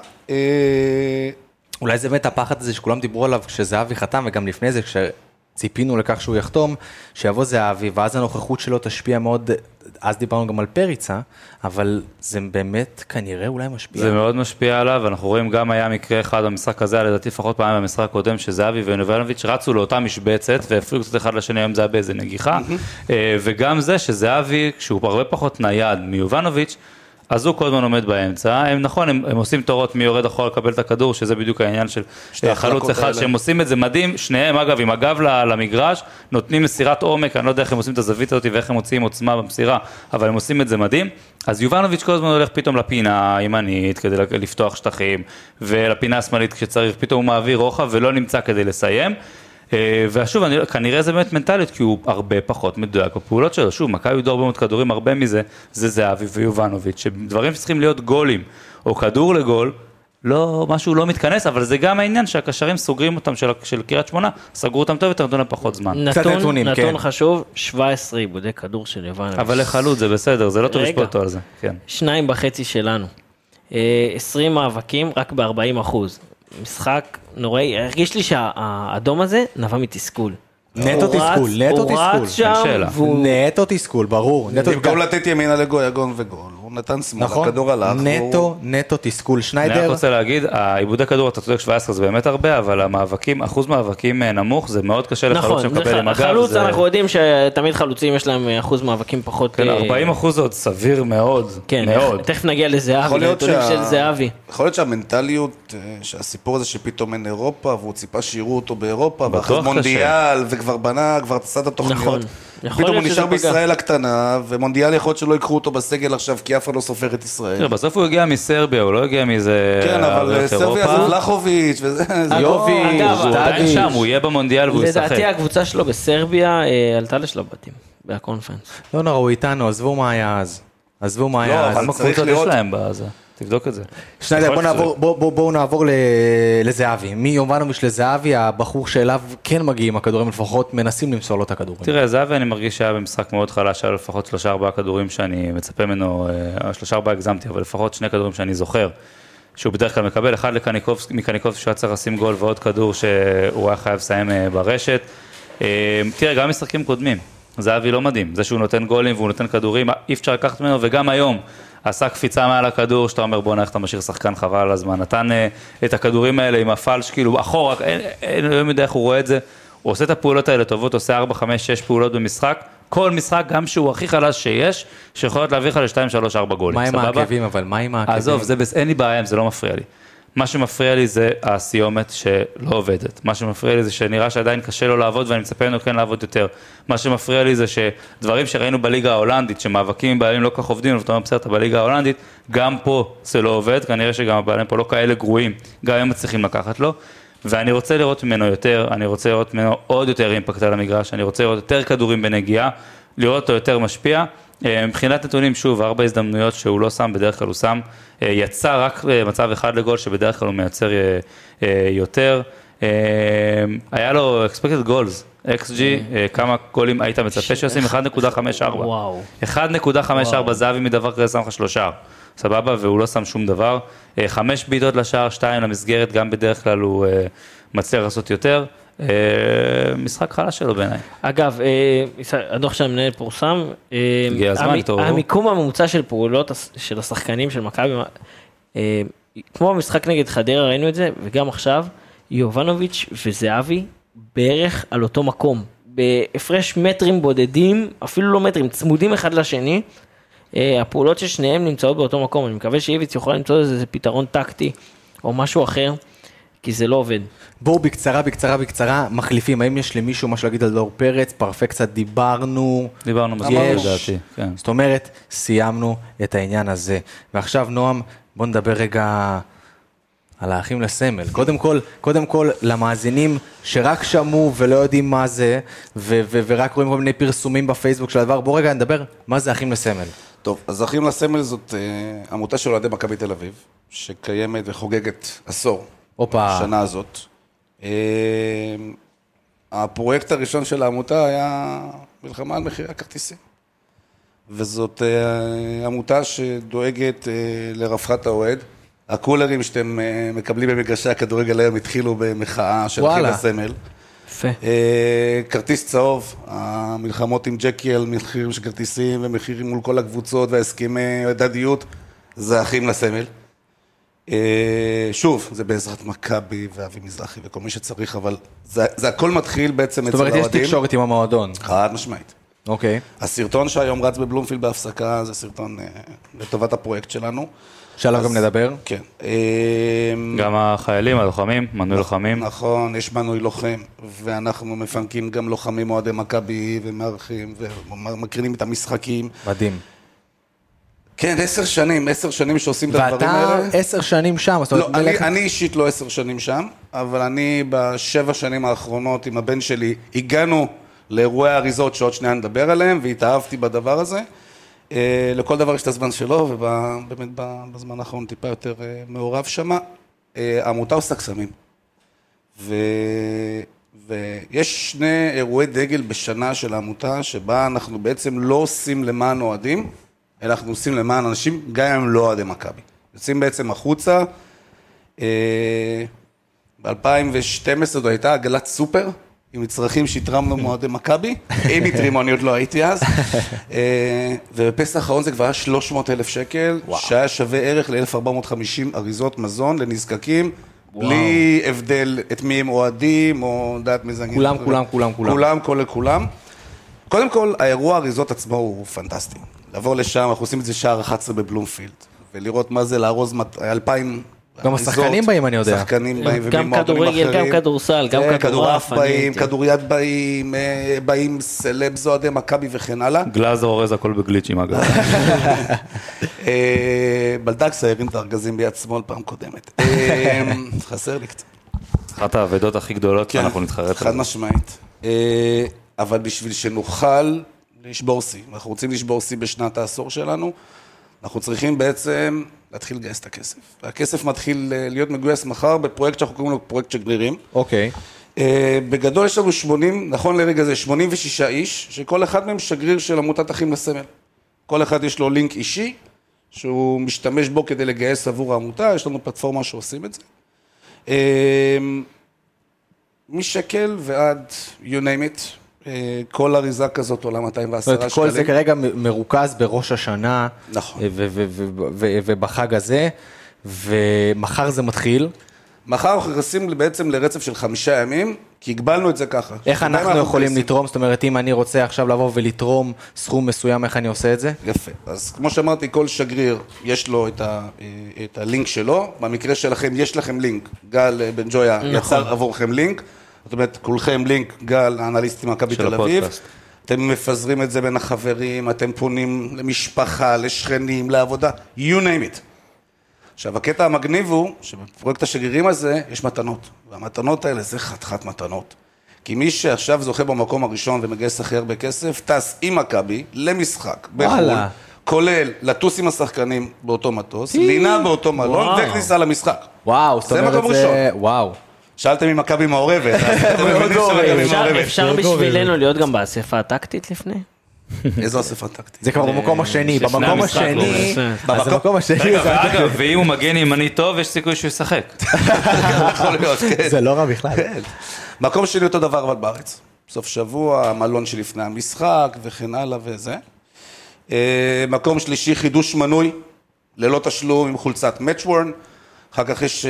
Speaker 1: אולי זה באמת הפחד הזה שכולם דיברו עליו כשזהבי חתם, וגם לפני זה כשציפינו לכך שהוא יחתום, שיבוא זהבי, ואז הנוכחות שלו תשפיע מאוד, אז דיברנו גם על פריצה, אבל זה באמת כנראה אולי משפיע.
Speaker 6: זה מאוד משפיע עליו, אנחנו רואים גם היה מקרה אחד במשחק הזה, לדעתי לפחות פעם במשחק הקודם, שזהבי ויובנוביץ' רצו לאותה משבצת, והפריעו קצת אחד לשני, היום זה היה באיזה נגיחה, וגם זה שזהבי, כשהוא הרבה פחות נייד מיובנוביץ', אז הוא כל הזמן עומד באמצע, הם נכון, הם עושים תורות מי יורד אחורה לקבל את הכדור, שזה בדיוק העניין של חלוץ אחד, שהם עושים את זה מדהים, שניהם אגב עם הגב למגרש, נותנים מסירת עומק, אני לא יודע איך הם עושים את הזווית הזאת ואיך הם מוציאים עוצמה במסירה, אבל הם עושים את זה מדהים, אז יובנוביץ' כל הזמן הולך פתאום לפינה הימנית כדי לפתוח שטחים, ולפינה השמאלית כשצריך, פתאום הוא מעביר רוחב ולא נמצא כדי לסיים, ושוב, כנראה זה באמת מנטלית, כי הוא הרבה פחות מדויק בפעולות שלו. שוב, מכבי דור במות כדורים, הרבה מזה, זה זהבי ויובנוביץ', שדברים שצריכים להיות גולים, או כדור לגול, לא, משהו לא מתכנס, אבל זה גם העניין שהקשרים סוגרים אותם של קריית שמונה, סגרו אותם טוב יותר, נתנו להם פחות זמן.
Speaker 7: נתון חשוב, 17 עיבודי כדור של יובנוביץ'.
Speaker 6: אבל לחלוץ זה בסדר, זה לא טוב לשפוט אותו על זה.
Speaker 7: 2.5 שלנו. 20 מאבקים, רק ב-40%. משחק נוראי, הרגיש לי שהאדום הזה נבע מתסכול.
Speaker 1: נטו תסכול, נטו
Speaker 7: הוא רץ שם,
Speaker 1: נטו תסכול, ברור.
Speaker 5: במקום לתת ימינה לגויגון וגול, הוא נתן שמאל, הכדור הלך.
Speaker 1: נטו תסכול, שניידר.
Speaker 6: אני רק רוצה להגיד, העיבודי כדור, אתה צודק 17 זה באמת הרבה, אבל המאבקים, אחוז מאבקים נמוך, זה מאוד קשה לחלוץ שמקבל עם הגב.
Speaker 7: חלוץ, אנחנו יודעים שתמיד חלוצים יש להם אחוז מאבקים פחות...
Speaker 6: 40% זה עוד סביר מאוד, מאוד.
Speaker 7: תכף נגיע לזהבי, לנתונים של זהבי.
Speaker 5: יכול להיות שהמנטליות, שהסיפור הזה שפתאום אין אירופה, והוא ציפה שיראו אותו באירופה, ואחרי מונדיאל, וכבר בנה, כבר צד התוכניות. פתאום הוא נשאר בישראל הקטנה, ומונדיאל יכול להיות שלא יקחו אותו בסגל עכשיו, כי אף אחד לא סופר את ישראל.
Speaker 6: בסוף הוא הגיע מסרביה, הוא לא הגיע מאיזה...
Speaker 5: כן, אבל סרביה זה ולחוביץ' וזה...
Speaker 6: יוביץ', הוא עדיין שם, הוא יהיה במונדיאל והוא ישחק.
Speaker 7: לדעתי הקבוצה שלו בסרביה עלתה לשלב-בתים, בהקונפרנס.
Speaker 1: לא נורא, הוא איתנו, עזבו מה היה אז. עזבו מה היה אז.
Speaker 6: כמה קבוצות יש להם בזה? תבדוק את זה.
Speaker 1: שניידר, בואו נעבור לזהבי. מיובנוביץ' לזהבי, הבחור שאליו כן מגיעים הכדורים, לפחות מנסים למסור לו את הכדורים.
Speaker 6: תראה, זהבי אני מרגיש שהיה במשחק מאוד חלש, היה לפחות 3-4 כדורים שאני מצפה ממנו, 3-4 הגזמתי, אבל לפחות 2 כדורים שאני זוכר, שהוא בדרך כלל מקבל, אחד מקניקובסקי שהוא היה צריך לשים גול ועוד כדור שהוא היה חייב לסיים ברשת. תראה, גם משחקים קודמים, זהבי לא מדהים, זה שהוא נותן גולים והוא נותן כדורים, אי אפשר לקחת ממנו, וגם היום עשה קפיצה מעל הכדור, שאתה אומר בוא איך אתה משאיר שחקן חבל על הזמן, נתן את הכדורים האלה עם הפלש, כאילו אחורה, לא יודע איך הוא רואה את זה, הוא עושה את הפעולות האלה טובות, עושה 4, 5, 6 פעולות במשחק, כל משחק, גם שהוא הכי חלש שיש, שיכולות להביא לך ל-2-3-4 גולים,
Speaker 1: מה עם
Speaker 6: סבבה?
Speaker 1: העקבים, אבל מה עם העקבים?
Speaker 6: עזוב, אין לי בעיה אם זה לא מפריע לי. מה שמפריע לי זה הסיומת שלא עובדת. מה שמפריע לי זה שנראה שעדיין קשה לו לעבוד, ואני מצפה לנו כן לעבוד יותר. מה שמפריע לי זה שדברים שראינו בליגה ההולנדית, שמאבקים עם בעלים לא כך עובדים, ואתה אומר בסדר, אתה בליגה ההולנדית, גם פה זה לא עובד, כנראה שגם הבעלים פה לא כאלה גרועים, גם הם מצליחים לקחת לו, ואני רוצה לראות ממנו יותר, אני רוצה לראות ממנו עוד יותר אימפקט על המגרש, אני רוצה לראות יותר כדורים בנגיעה, לראות אותו יותר משפיע. מבחינת נתונים, שוב, 4 הזדמנויות שהוא לא שם, בדרך כלל הוא שם, יצא רק מצב אחד לגול, שבדרך כלל הוא מייצר יותר. היה לו expected goals, XG, כמה גולים היית מצפה שעושים? 1.54.
Speaker 7: וואו.
Speaker 6: 1.54 זהבי מדבר כזה שם לך 3, סבבה, והוא לא שם שום דבר. 5 בעיטות לשער, 2 למסגרת, גם בדרך כלל הוא מצליח לעשות יותר. משחק חלש שלו בעיניי.
Speaker 7: אגב, הדוח של המנהל פורסם,
Speaker 6: הגיע הזמן, תראו.
Speaker 7: המיקום הממוצע של פעולות של השחקנים של מכבי, כמו במשחק נגד חדרה ראינו את זה, וגם עכשיו, יובנוביץ' וזהבי בערך על אותו מקום, בהפרש מטרים בודדים, אפילו לא מטרים, צמודים אחד לשני, הפעולות של שניהם נמצאות באותו מקום, אני מקווה שאיביץ יוכל למצוא איזה פתרון טקטי, או משהו אחר, כי זה לא עובד.
Speaker 1: בואו בקצרה, מחליפים, האם יש למישהו משהו להגיד על דור פרץ, פרפקט קצת דיברנו
Speaker 6: מספיק לדעתי, כן.
Speaker 1: זאת אומרת, סיימנו את העניין הזה, ועכשיו נועם, בואו נדבר רגע על האחים לסמל, קודם כל למאזינים שרק שמעו ולא יודעים מה זה, ורק רואים כל מיני פרסומים בפייסבוק של הדבר, בואו רגע נדבר, מה זה האחים לסמל?
Speaker 5: טוב, אז אחים לסמל זאת עמותה של אוהדי מכבי תל אביב, שקיימת וחוגגת עשור. בשנה הזאת. הפרויקט הראשון של העמותה היה מלחמה על מחירי הכרטיסים. וזאת עמותה שדואגת לרווחת האוהד. הקולרים שאתם מקבלים במגרשי הכדורגל היום התחילו במחאה של אחים לסמל.
Speaker 7: יפה.
Speaker 5: כרטיס צהוב, המלחמות עם ג'קי על מחירים של כרטיסים ומחירים מול כל הקבוצות וההסכמי הדדיות, זה אחים לסמל. שוב, זה בעזרת מכבי ואבי מזרחי וכל מי שצריך, אבל זה הכל מתחיל בעצם אצל האוהדים.
Speaker 1: זאת אומרת, יש תקשורת עם המועדון.
Speaker 5: חד משמעית.
Speaker 1: אוקיי.
Speaker 5: הסרטון שהיום רץ בבלומפילד בהפסקה, זה סרטון לטובת הפרויקט שלנו.
Speaker 1: שעליו גם נדבר.
Speaker 5: כן.
Speaker 6: גם החיילים, הלוחמים, מנוי לוחמים.
Speaker 5: נכון, יש מנוי לוחם, ואנחנו מפנקים גם לוחמים אוהדי מכבי ומארחים, ומקרינים את המשחקים.
Speaker 1: מדהים.
Speaker 5: כן, 10 שנים שעושים את הדברים האלה.
Speaker 1: ואתה 10 שנים שם.
Speaker 5: לא, אני אישית לא 10 שנים שם, אבל אני ב7 שנים האחרונות עם הבן שלי, הגענו לאירועי האריזות שעוד שנייה נדבר עליהם, והתאהבתי בדבר הזה. לכל דבר יש את הזמן שלו, ובאמת בזמן האחרון טיפה יותר מעורב שם. העמותה עושה קסמים. ויש 2 אירועי דגל בשנה של העמותה, שבה אנחנו בעצם לא עושים למען אוהדים, אלא אנחנו עושים למען אנשים, גם אם הם לא אוהדי מכבי. יוצאים בעצם החוצה, ב-2012 זו הייתה עגלת סופר, עם מצרכים שהתרמנו מועדי מכבי, אם התרימו, אני עוד לא הייתי אז, ובפסח האחרון זה כבר היה 300,000 שקל, שהיה שווה ערך ל-1450 אריזות מזון לנזקקים, בלי הבדל את מי הם אוהדים, או דעת מזנגים. כולם, כולם. קודם כל, האירוע האריזות עצמו הוא פנטסטי. לעבור לשם, אנחנו עושים את זה שער 11 בבלומפילד, ולראות מה זה לארוז 2,000
Speaker 1: גם השחקנים באים, אני יודע.
Speaker 5: שחקנים באים,
Speaker 7: גם כדורגל, גם כדורסל, גם כדורעף
Speaker 5: באים, כדוריד באים, סלב אוהדי מכבי וכן הלאה.
Speaker 6: גלאזר אורז הכל בגליצ'ים אגב.
Speaker 5: בלדקסה הרים את הארגזים ביד שמאל פעם קודמת. חסר לי קצת.
Speaker 6: אחת העבדות הכי גדולות שאנחנו נתחרט.
Speaker 5: חד משמעית. אבל בשביל שנוכל לשבור שיא, אנחנו רוצים לשבור שיא בשנת העשור שלנו, אנחנו צריכים בעצם להתחיל לגייס את הכסף. והכסף מתחיל להיות מגויס מחר בפרויקט שאנחנו קוראים לו פרויקט שגרירים.
Speaker 1: אוקיי.
Speaker 5: בגדול יש לנו 80, נכון לרגע זה 86 איש, שכל אחד מהם שגריר של עמותת אחים לסמל. כל אחד יש לו לינק אישי, שהוא משתמש בו כדי לגייס עבור העמותה, יש לנו פלטפורמה שעושים את זה. משקל ועד you name it. כל אריזה כזאת עולה 210 שקלים.
Speaker 1: כל זה כרגע מרוכז בראש השנה,
Speaker 5: נכון.
Speaker 1: ובחג הזה, ומחר זה מתחיל.
Speaker 5: מחר אנחנו נכנסים בעצם לרצף של 5 ימים, כי הגבלנו את זה ככה.
Speaker 1: איך אנחנו יכולים לתרום? זאת אומרת, אם אני רוצה עכשיו לבוא ולתרום סכום מסוים, איך אני עושה את זה?
Speaker 5: יפה. אז כמו שאמרתי, כל שגריר יש לו את הלינק שלו. במקרה שלכם, יש לכם לינק. גל בן ג'ויה יצר עבורכם לינק. זאת אומרת, כולכם לינק, גל, האנליסטים מכבי תל אביב. אתם מפזרים את זה בין החברים, אתם פונים למשפחה, לשכנים, לעבודה, you name it. עכשיו, הקטע המגניב הוא שבפרויקט השגרירים הזה יש מתנות. והמתנות האלה זה חתיכת מתנות. כי מי שעכשיו זוכה במקום הראשון ומגייס הכי הרבה כסף, טס עם מכבי למשחק בחו"ל, כולל לטוס עם השחקנים באותו מטוס, לינה באותו מלון וכניסה למשחק.
Speaker 1: וואו, זאת אומרת זה... וואו.
Speaker 5: שאלתם עם מכבי מעורבת.
Speaker 7: אפשר בשבילנו להיות גם באספה הטקטית לפני?
Speaker 5: איזו אספה טקטית?
Speaker 1: זה כבר במקום השני, במקום השני, אז במקום השני.
Speaker 6: רגע, ואגב, ואם הוא מגן ימני טוב, יש סיכוי שהוא ישחק.
Speaker 1: זה לא רע בכלל.
Speaker 5: מקום שני אותו דבר אבל בארץ. סוף שבוע, מלון שלפני המשחק וכן הלאה וזה. מקום שלישי, חידוש מנוי, ללא תשלום עם חולצת מצ'וורן. אחר כך יש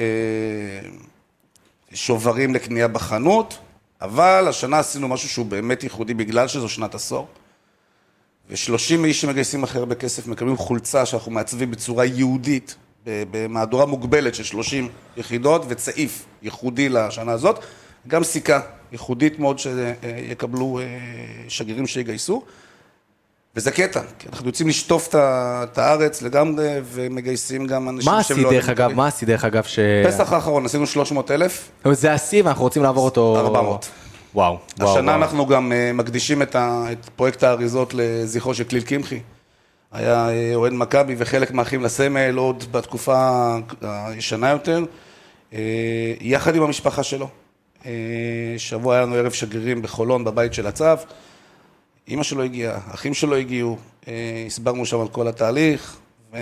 Speaker 5: שוברים לקנייה בחנות, אבל השנה עשינו משהו שהוא באמת ייחודי בגלל שזו שנת עשור. ו30 איש שמגייסים הכי הרבה כסף מקבלים חולצה שאנחנו מעצבים בצורה יהודית, במהדורה מוגבלת של 30 יחידות וצעיף ייחודי לשנה הזאת. גם סיכה ייחודית מאוד שיקבלו שגרירים שיגייסו. וזה קטע, כי אנחנו יוצאים לשטוף את הארץ לגמרי ומגייסים גם אנשים שהם לא...
Speaker 1: מה עשי דרך אגב ש...
Speaker 5: פסח האחרון עשינו 300,000.
Speaker 1: זה השיא ואנחנו רוצים לעבור אותו...
Speaker 5: 400.
Speaker 1: וואו.
Speaker 5: השנה אנחנו גם מקדישים את פרויקט האריזות לזכרו של כליל קמחי. היה אוהד מכבי וחלק מהאחים לסמל עוד בתקופה הישנה יותר, יחד עם המשפחה שלו. שבוע היה לנו ערב שגרירים בחולון בבית של הצו. אמא שלו הגיעה, אחים שלו הגיעו, הסברנו שם על כל התהליך,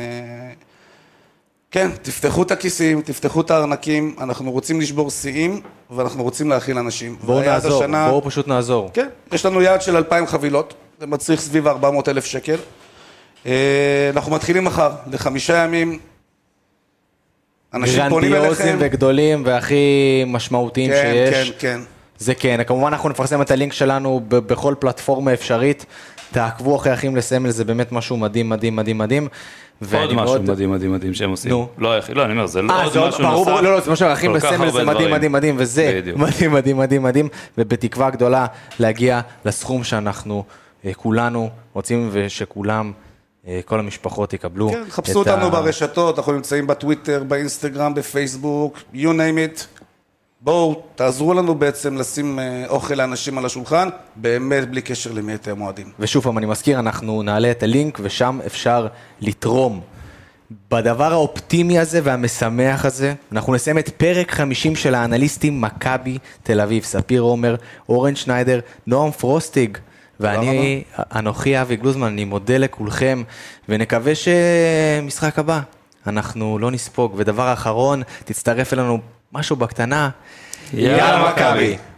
Speaker 5: כן, תפתחו את הכיסים, תפתחו את הארנקים, אנחנו רוצים לשבור שיאים, ואנחנו רוצים להכיל אנשים.
Speaker 1: בואו נעזור, בואו פשוט נעזור.
Speaker 5: כן, יש לנו יעד של 2,000 חבילות, זה מצריך סביב 400,000 שקל. אנחנו מתחילים מחר, ל5 ימים, אנשים פונים אליכם.
Speaker 1: גרנדיוזים וגדולים והכי משמעותיים שיש.
Speaker 5: כן, כן.
Speaker 1: זה כן, כמובן אנחנו נפרסם את הלינק שלנו בכל פלטפורמה אפשרית, תעקבו אחרי אחים לסמל, זה באמת משהו מדהים, מדהים, מדהים, מדהים.
Speaker 6: עוד משהו מדהים, מדהים, מדהים שהם עושים. לא, אני אומר, זה לא עוד משהו נוסף.
Speaker 1: לא, זה משהו, אחים לסמל זה מדהים, מדהים, מדהים, וזה מדהים, מדהים, מדהים, מדהים, ובתקווה גדולה להגיע לסכום שאנחנו כולנו רוצים ושכולם, כל המשפחות יקבלו.
Speaker 5: כן, חפשו אותנו ברשתות, אנחנו נמצאים בטוויטר, באינסטגרם, בפייסבוק, you name it. בואו, תעזרו לנו בעצם לשים אוכל לאנשים על השולחן, באמת בלי קשר למי אתם מועדים.
Speaker 1: ושוב פעם, אני מזכיר, אנחנו נעלה את הלינק, ושם אפשר לתרום. בדבר האופטימי הזה והמשמח הזה, אנחנו נסיים את פרק 50 של האנליסטים מכבי תל אביב, ספיר עומר, אורן שניידר, נועם פרוסטיג, ואני, אנוכי אבי גלוזמן, אני מודה לכולכם, ונקווה שמשחק הבא, אנחנו לא נספוג. ודבר האחרון, תצטרף אלינו משהו בקטנה.
Speaker 6: יאללה מכבי.